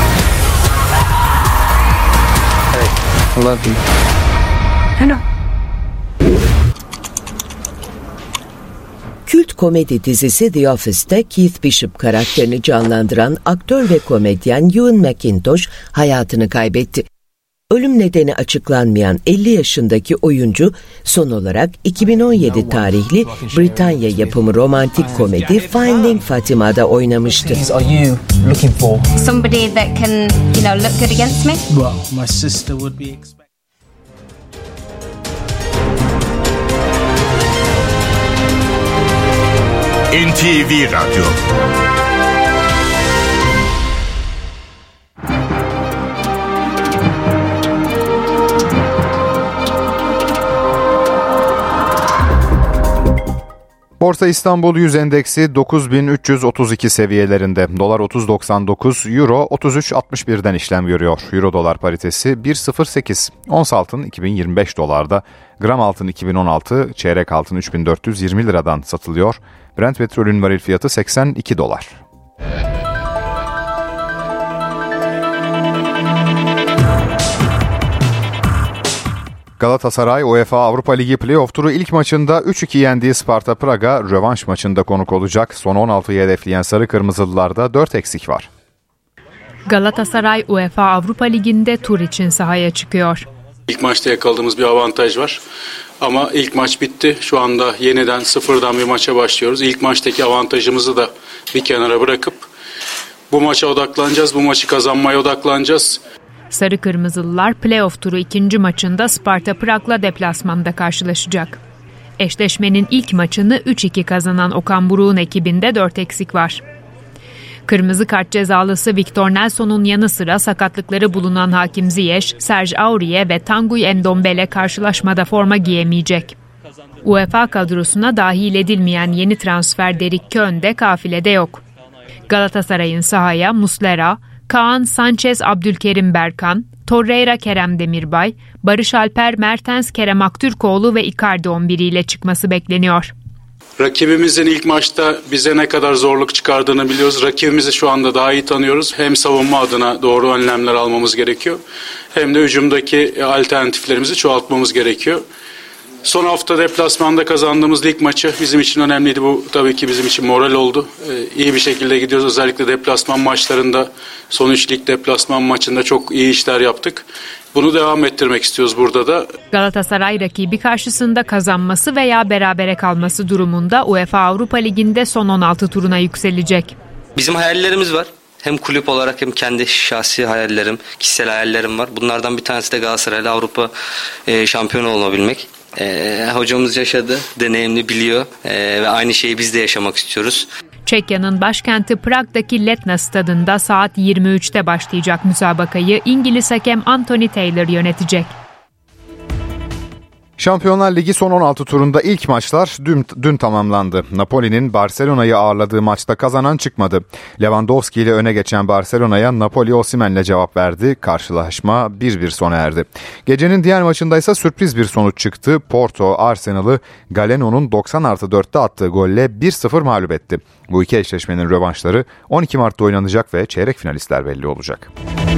I love you. I know. Kült komedi dizisi The Office'te Keith Bishop karakterini canlandıran aktör ve komedyen Ewan McIntosh hayatını kaybetti. Ölüm nedeni açıklanmayan 50 yaşındaki oyuncu son olarak 2017 tarihli Britanya yapımı romantik komedi Finding Fatima'da oynamıştı. Somebody that can, look good against me? Well, my sister would be expecting. NTV Radyo Borsa İstanbul 100 endeksi 9332 seviyelerinde. Dolar 30.99, Euro 33.61'den işlem görüyor. Euro dolar paritesi 1.08. Ons altın 2025 dolarda. Gram altın 2016, çeyrek altın 3420 liradan satılıyor. Brent petrolün varil fiyatı 82 dolar. Galatasaray UEFA Avrupa Ligi Playoff turu ilk maçında 3-2 yendiği Sparta Praga rövanş maçında konuk olacak. Son 16'yı hedefleyen Sarı Kırmızılılarda 4 eksik var. Galatasaray UEFA Avrupa Ligi'nde tur için sahaya çıkıyor. İlk maçta yakaladığımız bir avantaj var. Ama ilk maç bitti. Şu anda yeniden sıfırdan bir maça başlıyoruz. İlk maçtaki avantajımızı da bir kenara bırakıp bu maça odaklanacağız. Bu maçı kazanmaya odaklanacağız. Sarı Kırmızılılar playoff turu ikinci maçında Sparta Prag'la deplasmanda karşılaşacak. Eşleşmenin ilk maçını 3-2 kazanan Okan Buruk'un ekibinde 4 eksik var. Kırmızı kart cezalısı Victor Nelson'un yanı sıra sakatlıkları bulunan Hakim Ziyech, Serge Aurier ve Tanguy Ndombele karşılaşmada forma giyemeyecek. UEFA kadrosuna dahil edilmeyen yeni transfer Derrick Köhn de kafilede yok. Galatasaray'ın sahaya Muslera, Kaan, Sanchez, Abdülkerim Berkan, Torreira, Kerem Demirbay, Barış Alper, Mertens, Kerem Aktürkoğlu ve Icardi 11 ile çıkması bekleniyor. Rakibimizin ilk maçta bize ne kadar zorluk çıkardığını biliyoruz. Rakibimizi şu anda daha iyi tanıyoruz. Hem savunma adına doğru önlemler almamız gerekiyor. Hem de hücumdaki alternatiflerimizi çoğaltmamız gerekiyor. Son hafta deplasmanda kazandığımız lig maçı bizim için önemliydi. Bu tabii ki bizim için moral oldu. İyi bir şekilde gidiyoruz. Özellikle deplasman maçlarında, son 3 lig deplasman maçında çok iyi işler yaptık. Bunu devam ettirmek istiyoruz burada da. Galatasaray rakibi karşısında kazanması veya berabere kalması durumunda UEFA Avrupa Ligi'nde son 16 turuna yükselecek. Bizim hayallerimiz var. Hem kulüp olarak hem kendi şahsi hayallerim, kişisel hayallerim var. Bunlardan bir tanesi de Galatasaray'la Avrupa şampiyonu olabilmek. Hocamız yaşadı, deneyimli, biliyor ve aynı şeyi biz de yaşamak istiyoruz. Çekya'nın başkenti Prag'daki Letna stadında saat 23'te başlayacak müsabakayı İngiliz hakem Anthony Taylor yönetecek. Şampiyonlar Ligi son 16 turunda ilk maçlar dün tamamlandı. Napoli'nin Barcelona'yı ağırladığı maçta kazanan çıkmadı. Lewandowski ile öne geçen Barcelona'ya Napoli Osimhen'le cevap verdi. Karşılaşma 1-1 sona erdi. Gecenin diğer maçında ise sürpriz bir sonuç çıktı. Porto Arsenal'ı Galeno'nun 90+4'te attığı golle 1-0 mağlup etti. Bu iki eşleşmenin rövanşları 12 Mart'ta oynanacak ve çeyrek finalistler belli olacak.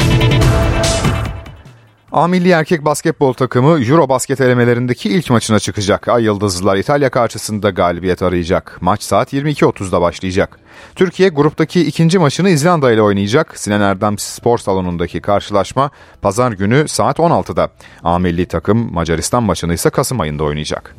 A milli erkek basketbol takımı Eurobasket elemelerindeki ilk maçına çıkacak. Ay Yıldızlılar İtalya karşısında galibiyet arayacak. Maç saat 22.30'da başlayacak. Türkiye gruptaki ikinci maçını İzlanda ile oynayacak. Sinan Erdem Spor Salonu'ndaki karşılaşma pazar günü saat 16'da. A milli takım Macaristan maçını ise Kasım ayında oynayacak.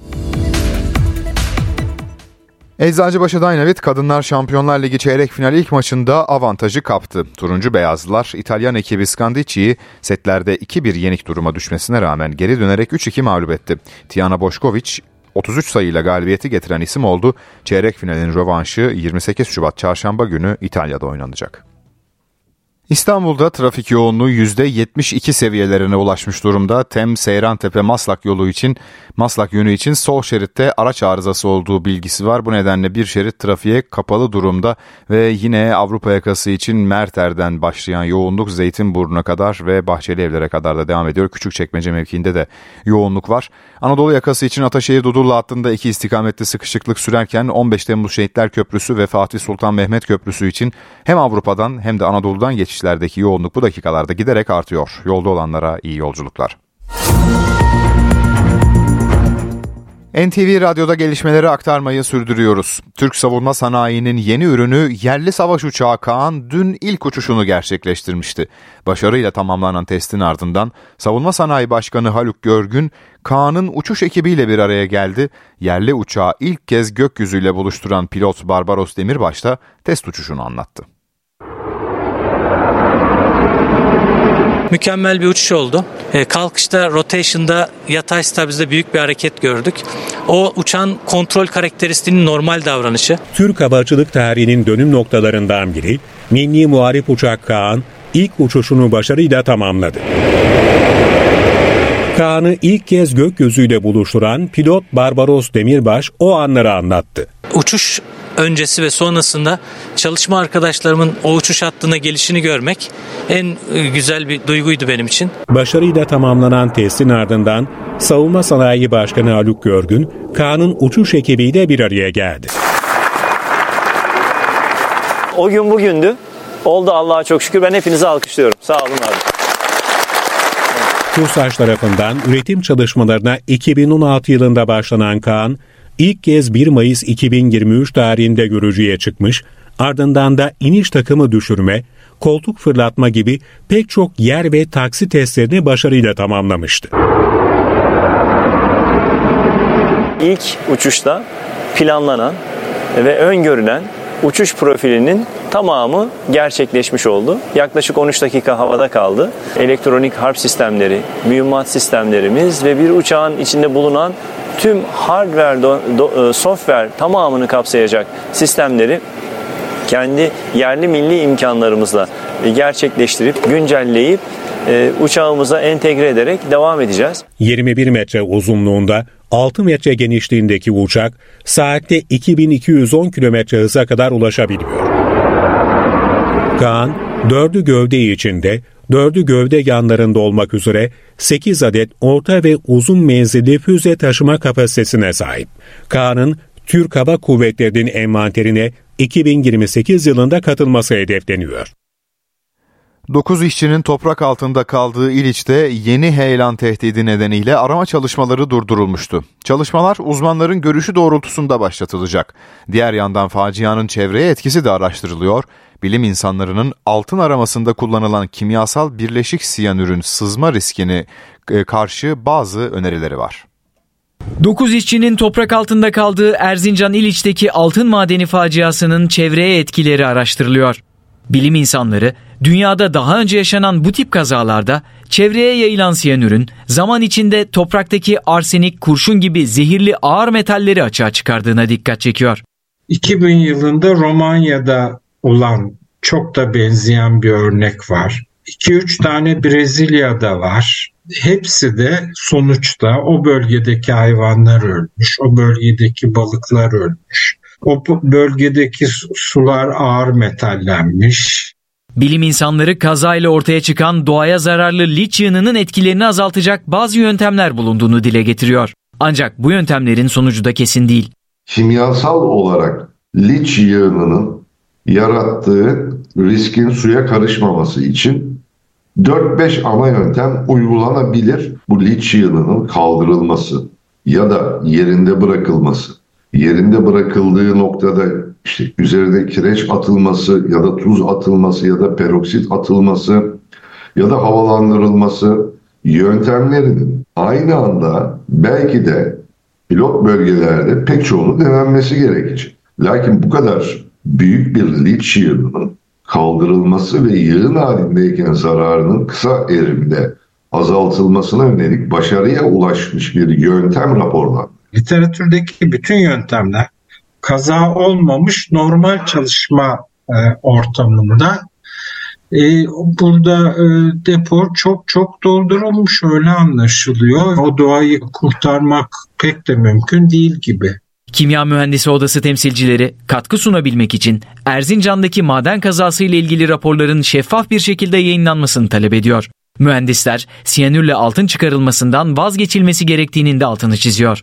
Eczacıbaşı Dynavit Kadınlar Şampiyonlar Ligi çeyrek final ilk maçında avantajı kaptı. Turuncu beyazlılar İtalyan ekibi Scandicci'yi setlerde 2-1 yenik duruma düşmesine rağmen geri dönerek 3-2 mağlup etti. Tiana Boşkovic 33 sayıyla galibiyeti getiren isim oldu. Çeyrek finalin rövanşı 28 Şubat Çarşamba günü İtalya'da oynanacak. İstanbul'da trafik yoğunluğu %72 seviyelerine ulaşmış durumda. Tem-Seyrantepe-Maslak yönü için sol şeritte araç arızası olduğu bilgisi var. Bu nedenle bir şerit trafiğe kapalı durumda ve yine Avrupa yakası için Merter'den başlayan yoğunluk Zeytinburnu'na kadar ve Bahçelievler'e kadar da devam ediyor. Küçükçekmece mevkiinde de yoğunluk var. Anadolu yakası için Ataşehir-Dudullu hattında iki istikamette sıkışıklık sürerken 15 Temmuz Şehitler Köprüsü ve Fatih Sultan Mehmet Köprüsü için hem Avrupa'dan hem de Anadolu'dan geçişlerdeki yoğunluk bu dakikalarda giderek artıyor. Yolda olanlara iyi yolculuklar. NTV Radyo'da gelişmeleri aktarmayı sürdürüyoruz. Türk savunma sanayinin yeni ürünü yerli savaş uçağı Kaan dün ilk uçuşunu gerçekleştirmişti. Başarıyla tamamlanan testin ardından Savunma Sanayi Başkanı Haluk Görgün, Kaan'ın uçuş ekibiyle bir araya geldi. Yerli uçağı ilk kez gökyüzüyle buluşturan pilot Barbaros Demirbaş da test uçuşunu anlattı. Mükemmel bir uçuş oldu. Kalkışta, rotation'da, yatay stabilizde büyük bir hareket gördük. O uçağın kontrol karakteristiğinin normal davranışı. Türk havacılık tarihinin dönüm noktalarından biri, milli muharip uçak Kaan ilk uçuşunu başarıyla tamamladı. Kaan'ı ilk kez gökyüzüyle buluşturan pilot Barbaros Demirbaş o anları anlattı. Uçuş öncesi ve sonrasında çalışma arkadaşlarımın o uçuş hattına gelişini görmek en güzel bir duyguydu benim için. Başarıyla tamamlanan testin ardından Savunma Sanayi Başkanı Haluk Görgün, Kaan'ın uçuş ekibiyle bir araya geldi. O gün bugündü. Oldu Allah'a çok şükür. Ben hepinizi alkışlıyorum. Sağ olun abi. TURSAŞ tarafından üretim çalışmalarına 2016 yılında başlanan Kaan, ilk kez 1 Mayıs 2023 tarihinde görücüye çıkmış, ardından da iniş takımı düşürme, koltuk fırlatma gibi pek çok yer ve taksi testlerini başarıyla tamamlamıştı. İlk uçuşta planlanan ve öngörülen uçuş profilinin tamamı gerçekleşmiş oldu. Yaklaşık 13 dakika havada kaldı. Elektronik harp sistemleri, mühimmat sistemlerimiz ve bir uçağın içinde bulunan tüm hardware, software tamamını kapsayacak sistemleri kendi yerli milli imkanlarımızla gerçekleştirip, güncelleyip uçağımıza entegre ederek devam edeceğiz. 21 metre uzunluğunda, 6 metre genişliğindeki uçak saatte 2210 km hıza kadar ulaşabiliyor. Kaan, 4'ü gövde içinde, 4'ü gövde yanlarında olmak üzere 8 adet orta ve uzun menzilli füze taşıma kapasitesine sahip. Kaan'ın Türk Hava Kuvvetleri'nin envanterine 2028 yılında katılması hedefleniyor. 9 işçinin toprak altında kaldığı İliç'te yeni heyelan tehdidi nedeniyle arama çalışmaları durdurulmuştu. Çalışmalar uzmanların görüşü doğrultusunda başlatılacak. Diğer yandan facianın çevreye etkisi de araştırılıyor. Bilim insanlarının altın aramasında kullanılan kimyasal birleşik siyanürün sızma riskine karşı bazı önerileri var. 9 işçinin toprak altında kaldığı Erzincan İliç'teki altın madeni faciasının çevreye etkileri araştırılıyor. Bilim insanları dünyada daha önce yaşanan bu tip kazalarda çevreye yayılan siyanürün zaman içinde topraktaki arsenik, kurşun gibi zehirli ağır metalleri açığa çıkardığına dikkat çekiyor. 2000 yılında Romanya'da olan çok da benzeyen bir örnek var. 2-3 tane Brezilya'da var. Hepsi de sonuçta o bölgedeki hayvanlar ölmüş, o bölgedeki balıklar ölmüş. O bölgedeki sular ağır metallenmiş. Bilim insanları kazayla ortaya çıkan doğaya zararlı liç yığınının etkilerini azaltacak bazı yöntemler bulunduğunu dile getiriyor. Ancak bu yöntemlerin sonucu da kesin değil. Kimyasal olarak liç yığınının yarattığı riskin suya karışmaması için 4-5 ana yöntem uygulanabilir. Bu liç yığınının kaldırılması ya da yerinde bırakılması. Yerinde bırakıldığı noktada işte üzerine kireç atılması ya da tuz atılması ya da peroksit atılması ya da havalandırılması yöntemlerinin aynı anda belki de pilot bölgelerde pek çoğunun denenmesi gerekecek. Lakin bu kadar büyük bir liç yığınının kaldırılması ve yığın halindeyken zararının kısa erimde azaltılmasına yönelik başarıya ulaşmış bir yöntem raporlandı. Literatürdeki bütün yöntemler kaza olmamış normal çalışma ortamında burada depo çok doldurulmuş, öyle anlaşılıyor. O doğayı kurtarmak pek de mümkün değil gibi. Kimya Mühendisi Odası temsilcileri katkı sunabilmek için Erzincan'daki maden kazası ile ilgili raporların şeffaf bir şekilde yayınlanmasını talep ediyor. Mühendisler siyanürle altın çıkarılmasından vazgeçilmesi gerektiğinin de altını çiziyor.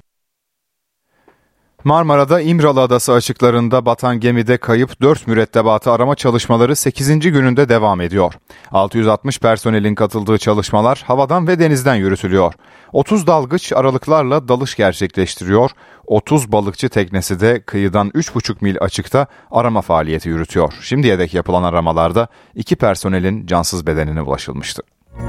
Marmara'da İmralı Adası açıklarında batan gemide kayıp 4 mürettebatı arama çalışmaları 8. gününde devam ediyor. 660 personelin katıldığı çalışmalar havadan ve denizden yürütülüyor. 30 dalgıç aralıklarla dalış gerçekleştiriyor. 30 balıkçı teknesi de kıyıdan 3,5 mil açıkta arama faaliyeti yürütüyor. Şimdiye dek yapılan aramalarda 2 personelin cansız bedenine ulaşılmıştı.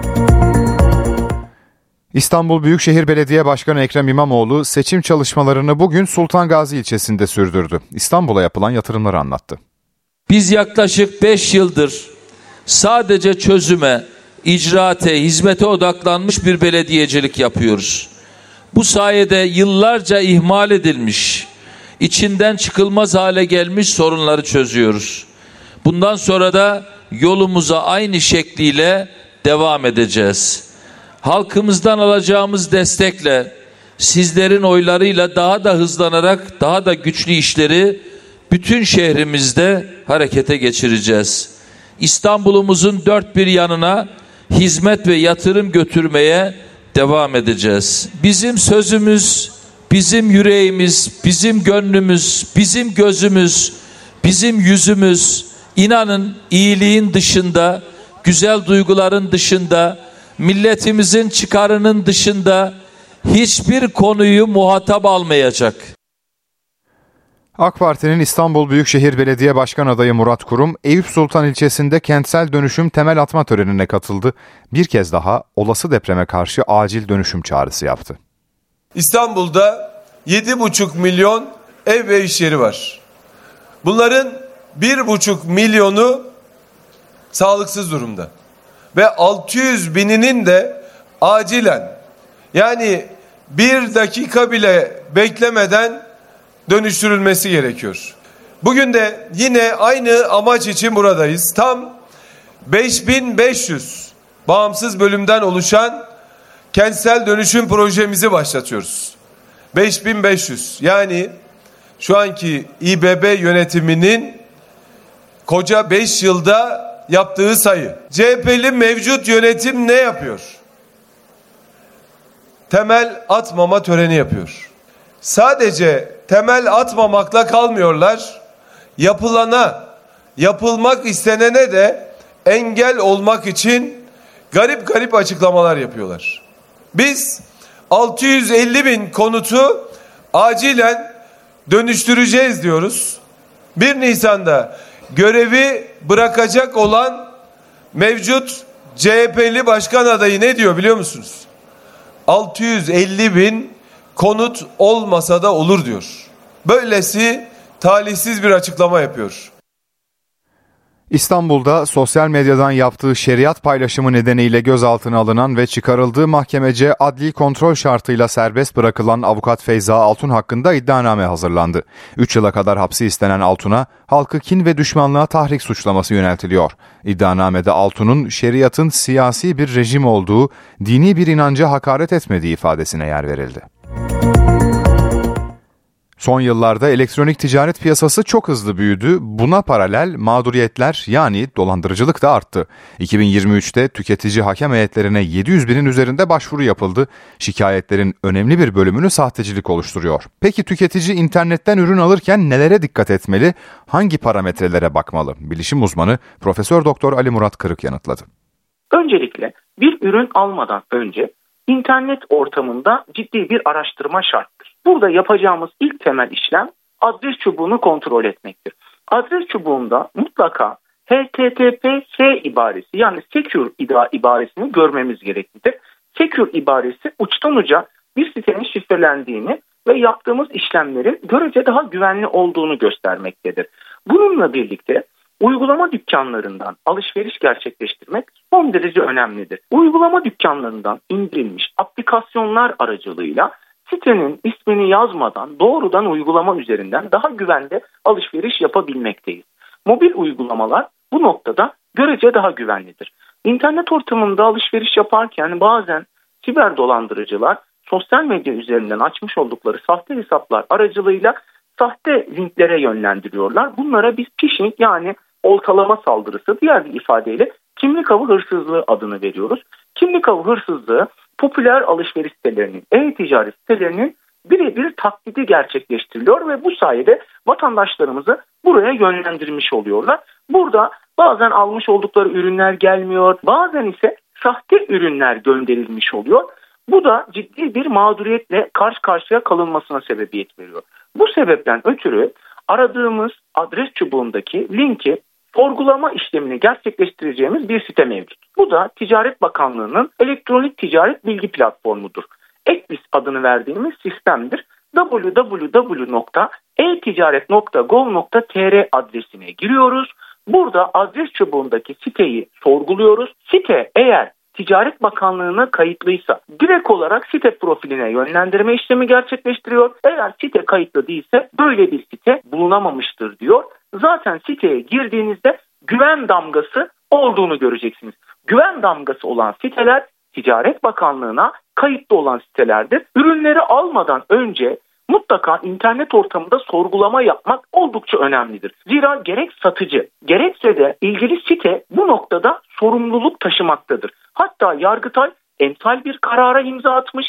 İstanbul Büyükşehir Belediye Başkanı Ekrem İmamoğlu seçim çalışmalarını bugün Sultan Gazi ilçesinde sürdürdü. İstanbul'a yapılan yatırımları anlattı. Biz yaklaşık 5 yıldır sadece çözüme, icraate, hizmete odaklanmış bir belediyecilik yapıyoruz. Bu sayede yıllarca ihmal edilmiş, içinden çıkılmaz hale gelmiş sorunları çözüyoruz. Bundan sonra da yolumuza aynı şekliyle devam edeceğiz. Halkımızdan alacağımız destekle sizlerin oylarıyla daha da hızlanarak daha da güçlü işleri bütün şehrimizde harekete geçireceğiz. İstanbul'umuzun dört bir yanına hizmet ve yatırım götürmeye devam edeceğiz. Bizim sözümüz, bizim yüreğimiz, bizim gönlümüz, bizim gözümüz, bizim yüzümüz, inanın iyiliğin dışında, güzel duyguların dışında, milletimizin çıkarının dışında hiçbir konuyu muhatap almayacak. AK Parti'nin İstanbul Büyükşehir Belediye Başkan adayı Murat Kurum, Eyüp Sultan ilçesinde kentsel dönüşüm temel atma törenine katıldı. Bir kez daha olası depreme karşı acil dönüşüm çağrısı yaptı. İstanbul'da 7,5 milyon ev ve iş yeri var. Bunların 1,5 milyonu sağlıksız durumda. Ve 600 bininin de acilen, yani bir dakika bile beklemeden dönüştürülmesi gerekiyor. Bugün de yine aynı amaç için buradayız. Tam 5500 bağımsız bölümden oluşan kentsel dönüşüm projemizi başlatıyoruz. 5500, yani şu anki İBB yönetiminin koca 5 yılda yaptığı sayı. CHP'li mevcut yönetim ne yapıyor? Temel atmama töreni yapıyor. Sadece temel atmamakla kalmıyorlar. Yapılana, yapılmak istenene de engel olmak için garip garip açıklamalar yapıyorlar. Biz 650 bin konutu acilen dönüştüreceğiz diyoruz. 1 Nisan'da görevi bırakacak olan mevcut CHP'li başkan adayı ne diyor biliyor musunuz? 650 bin konut olmasa da olur diyor. Böylesi talihsiz bir açıklama yapıyor. İstanbul'da sosyal medyadan yaptığı şeriat paylaşımı nedeniyle gözaltına alınan ve çıkarıldığı mahkemece adli kontrol şartıyla serbest bırakılan avukat Feyza Altun hakkında iddianame hazırlandı. 3 yıla kadar hapsi istenen Altun'a halkı kin ve düşmanlığa tahrik suçlaması yöneltiliyor. İddianamede Altun'un şeriatın siyasi bir rejim olduğu, dini bir inanca hakaret etmediği ifadesine yer verildi. Son yıllarda elektronik ticaret piyasası çok hızlı büyüdü. Buna paralel mağduriyetler yani dolandırıcılık da arttı. 2023'te tüketici hakem heyetlerine 700 binin üzerinde başvuru yapıldı. Şikayetlerin önemli bir bölümünü sahtecilik oluşturuyor. Peki tüketici internetten ürün alırken nelere dikkat etmeli? Hangi parametrelere bakmalı? Bilişim uzmanı Profesör Doktor Ali Murat Kırık yanıtladı. Öncelikle bir ürün almadan önce internet ortamında ciddi bir araştırma şarttır. Burada yapacağımız ilk temel işlem adres çubuğunu kontrol etmektir. Adres çubuğunda mutlaka HTTPS ibaresi yani secure ibaresini görmemiz gereklidir. Secure ibaresi uçtan uca bir sitenin şifrelendiğini ve yaptığımız işlemlerin görece daha güvenli olduğunu göstermektedir. Bununla birlikte uygulama dükkanlarından alışveriş gerçekleştirmek son derece önemlidir. Uygulama dükkanlarından indirilmiş aplikasyonlar aracılığıyla sitenin ismini yazmadan doğrudan uygulama üzerinden daha güvenli alışveriş yapabilmekteyiz. Mobil uygulamalar bu noktada görece daha güvenlidir. İnternet ortamında alışveriş yaparken bazen siber dolandırıcılar sosyal medya üzerinden açmış oldukları sahte hesaplar aracılığıyla sahte linklere yönlendiriyorlar. Bunlara biz phishing yani oltalama saldırısı, diğer bir ifadeyle kimlik avı hırsızlığı adını veriyoruz. Kimlik avı hırsızlığı popüler alışveriş sitelerinin, e-ticaret sitelerinin birebir taklidi gerçekleştiriliyor ve bu sayede vatandaşlarımızı buraya yönlendirmiş oluyorlar. Burada bazen almış oldukları ürünler gelmiyor, bazen ise sahte ürünler gönderilmiş oluyor. Bu da ciddi bir mağduriyetle karşı karşıya kalınmasına sebebiyet veriyor. Bu sebepten ötürü aradığımız adres çubuğundaki linki sorgulama işlemini gerçekleştireceğimiz bir site mevcut. Bu da Ticaret Bakanlığı'nın elektronik ticaret bilgi platformudur. ECBİS adını verdiğimiz sistemdir. www.eticaret.gov.tr adresine giriyoruz. Burada adres çubuğundaki siteyi sorguluyoruz. Site eğer Ticaret Bakanlığı'na kayıtlıysa direkt olarak site profiline yönlendirme işlemi gerçekleştiriyor. Eğer site kayıtlı değilse böyle bir site bulunamamıştır diyor. Zaten siteye girdiğinizde güven damgası olduğunu göreceksiniz. Güven damgası olan siteler Ticaret Bakanlığı'na kayıtlı olan sitelerdir. Ürünleri almadan önce mutlaka internet ortamında sorgulama yapmak oldukça önemlidir. Zira gerek satıcı gerekse de ilgili site bu noktada sorumluluk taşımaktadır. Hatta Yargıtay emsal bir karara imza atmış.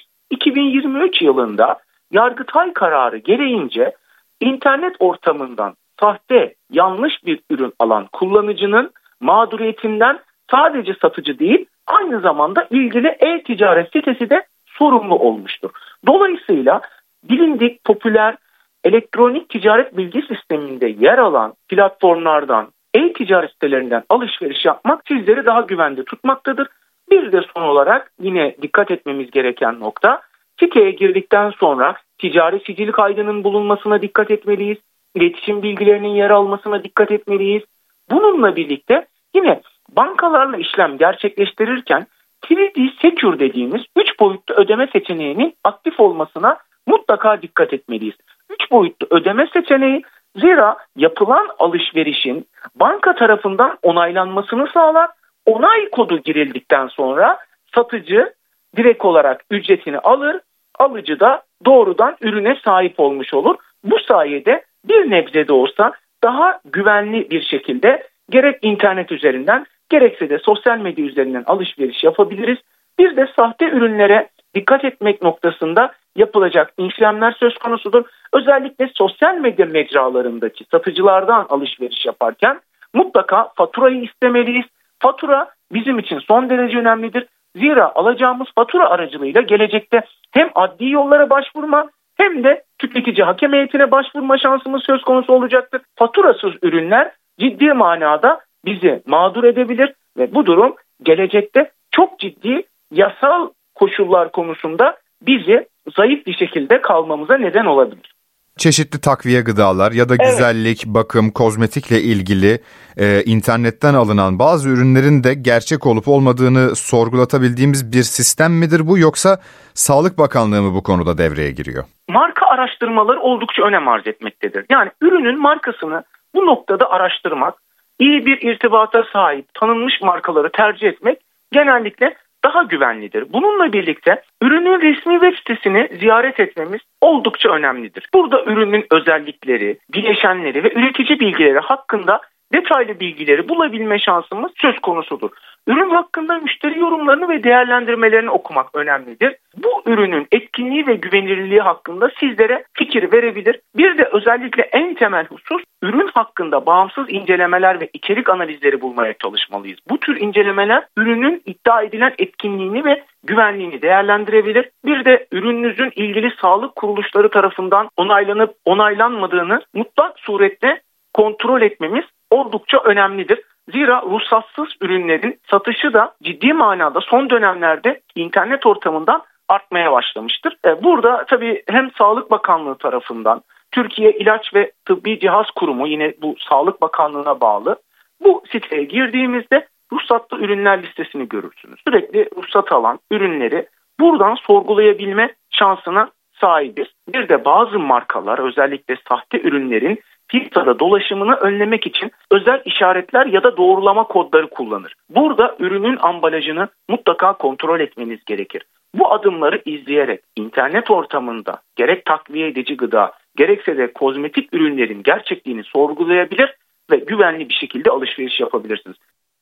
2023 yılında Yargıtay kararı gereğince internet ortamından sahte, yanlış bir ürün alan kullanıcının mağduriyetinden sadece satıcı değil, aynı zamanda ilgili e-ticaret sitesi de sorumlu olmuştur. Dolayısıyla bilindik, popüler elektronik ticaret bilgi sisteminde yer alan platformlardan, e-ticaret sitelerinden alışveriş yapmak sizleri daha güvende tutmaktadır. Bir de son olarak yine dikkat etmemiz gereken nokta, siteye girdikten sonra ticari sicil kaydının bulunmasına dikkat etmeliyiz. İletişim bilgilerinin yer almasına dikkat etmeliyiz. Bununla birlikte yine bankalarla işlem gerçekleştirirken 3D Secure dediğimiz 3 boyutlu ödeme seçeneğinin aktif olmasına mutlaka dikkat etmeliyiz. 3 boyutlu ödeme seçeneği zira yapılan alışverişin banka tarafından onaylanmasını sağlar. Onay kodu girildikten sonra satıcı direkt olarak ücretini alır, alıcı da doğrudan ürüne sahip olmuş olur. Bu sayede bir nebze de olsa daha güvenli bir şekilde gerek internet üzerinden gerekse de sosyal medya üzerinden alışveriş yapabiliriz. Bir de sahte ürünlere dikkat etmek noktasında yapılacak işlemler söz konusudur. Özellikle sosyal medya mecralarındaki satıcılardan alışveriş yaparken mutlaka faturayı istemeliyiz. Fatura bizim için son derece önemlidir. Zira alacağımız fatura aracılığıyla gelecekte hem adli yollara başvurma hem de tüketici hakem heyetine başvurma şansımız söz konusu olacaktır. Faturasız ürünler ciddi manada bizi mağdur edebilir ve bu durum gelecekte çok ciddi yasal koşullar konusunda bizi zayıf bir şekilde kalmamıza neden olabilir. Çeşitli takviye gıdalar ya da güzellik, bakım, kozmetikle ilgili internetten alınan bazı ürünlerin de gerçek olup olmadığını sorgulatabildiğimiz bir sistem midir bu, yoksa Sağlık Bakanlığı mı bu konuda devreye giriyor? Marka araştırmaları oldukça önem arz etmektedir. Yani ürünün markasını bu noktada araştırmak, iyi bir irtibata sahip tanınmış markaları tercih etmek genellikle daha güvenlidir. Bununla birlikte ürünün resmi web sitesini ziyaret etmemiz oldukça önemlidir. Burada ürünün özellikleri, bileşenleri ve üretici bilgileri hakkında detaylı bilgileri bulabilme şansımız söz konusudur. Ürün hakkında müşteri yorumlarını ve değerlendirmelerini okumak önemlidir. Bu ürünün etkinliği ve güvenilirliği hakkında sizlere fikir verebilir. Bir de özellikle en temel husus, ürün hakkında bağımsız incelemeler ve içerik analizleri bulmaya çalışmalıyız. Bu tür incelemeler ürünün iddia edilen etkinliğini ve güvenliğini değerlendirebilir. Bir de ürününüzün ilgili sağlık kuruluşları tarafından onaylanıp onaylanmadığını mutlak surette kontrol etmemiz oldukça önemlidir. Zira ruhsatsız ürünlerin satışı da ciddi manada son dönemlerde internet ortamından artmaya başlamıştır. Burada tabii hem Sağlık Bakanlığı tarafından Türkiye İlaç ve Tıbbi Cihaz Kurumu, yine bu Sağlık Bakanlığı'na bağlı, bu siteye girdiğimizde ruhsatlı ürünler listesini görürsünüz. Sürekli ruhsat alan ürünleri buradan sorgulayabilme şansına sahibiz. Bir de bazı markalar özellikle sahte ürünlerin piyasada dolaşımını önlemek için özel işaretler ya da doğrulama kodları kullanır. Burada ürünün ambalajını mutlaka kontrol etmeniz gerekir. Bu adımları izleyerek internet ortamında gerek takviye edici gıda gerekse de kozmetik ürünlerin gerçekliğini sorgulayabilir ve güvenli bir şekilde alışveriş yapabilirsiniz.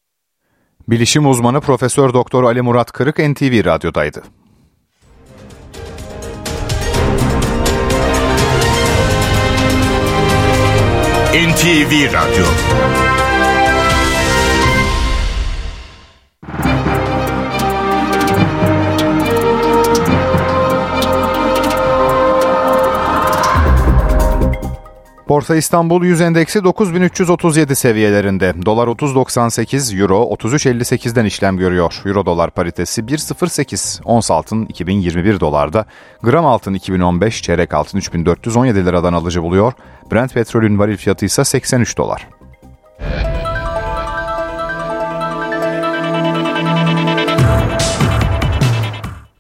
Bilişim uzmanı Profesör Doktor Ali Murat Kırık NTV Radyo'daydı. NTV Radyo. Borsa İstanbul 100 endeksi 9337 seviyelerinde. Dolar 30.98, Euro 33.58'den işlem görüyor. Euro dolar paritesi 1.08. Ons altın 2021 dolarda. Gram altın 2015, çeyrek altın 3417 liradan alıcı buluyor. Brent petrolün varil fiyatı ise 83 dolar.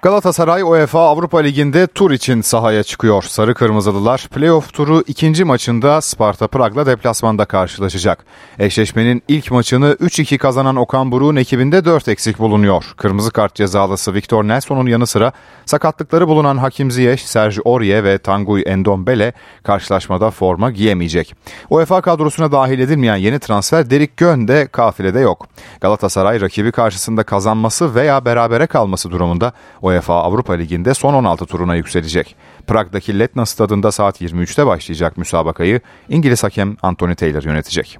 Galatasaray UEFA Avrupa Ligi'nde tur için sahaya çıkıyor. Sarı Kırmızılılar playoff turu ikinci maçında Sparta Prag'la deplasmanda karşılaşacak. Eşleşmenin ilk maçını 3-2 kazanan Okan Buruk'un ekibinde 4 eksik bulunuyor. Kırmızı kart cezalısı Victor Nelson'un yanı sıra sakatlıkları bulunan Hakim Ziyech, Serge Aurier ve Tanguy Ndombele karşılaşmada forma giyemeyecek. UEFA kadrosuna dahil edilmeyen yeni transfer Derik Gön de kafilede yok. Galatasaray rakibi karşısında kazanması veya berabere kalması durumunda UEFA Avrupa Ligi'nde son 16 turuna yükselecek. Prag'daki Letna stadında saat 23'te başlayacak müsabakayı İngiliz hakem Anthony Taylor yönetecek.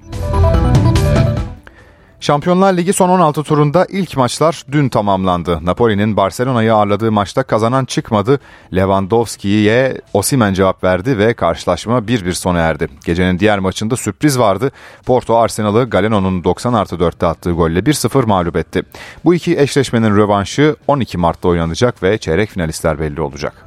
Şampiyonlar Ligi son 16 turunda ilk maçlar dün tamamlandı. Napoli'nin Barcelona'yı ağırladığı maçta kazanan çıkmadı. Lewandowski'ye Osimhen cevap verdi ve karşılaşma 1-1 sona erdi. Gecenin diğer maçında sürpriz vardı. Porto Arsenal'ı Galeno'nun 90+4'te attığı golle 1-0 mağlup etti. Bu iki eşleşmenin rövanşı 12 Mart'ta oynanacak ve çeyrek finalistler belli olacak.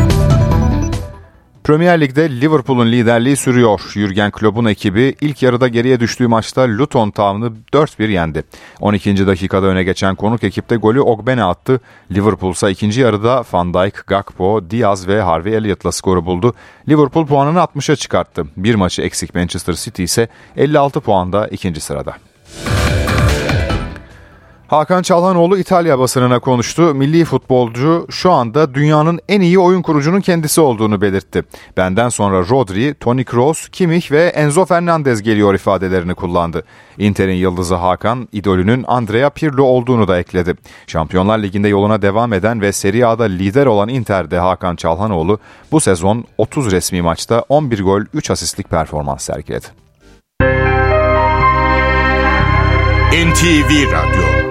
Premier Lig'de Liverpool'un liderliği sürüyor. Jürgen Klopp'un ekibi ilk yarıda geriye düştüğü maçta Luton Town'u 4-1 yendi. 12. dakikada öne geçen konuk ekipte golü Ogbene attı. Liverpool ise ikinci yarıda Van Dijk, Gakpo, Diaz ve Harvey Elliott'la skoru buldu. Liverpool puanını 60'a çıkarttı. Bir maçı eksik Manchester City ise 56 puanda ikinci sırada. Hakan Çalhanoğlu İtalya basınına konuştu. Milli futbolcu şu anda dünyanın en iyi oyun kurucunun kendisi olduğunu belirtti. Benden sonra Rodri, Toni Kroos, Kimmich ve Enzo Fernandez geliyor ifadelerini kullandı. Inter'in yıldızı Hakan, idolünün Andrea Pirlo olduğunu da ekledi. Şampiyonlar Ligi'nde yoluna devam eden ve Serie A'da lider olan Inter'de Hakan Çalhanoğlu bu sezon 30 resmi maçta 11 gol 3 asistlik performans sergiledi. NTV Radyo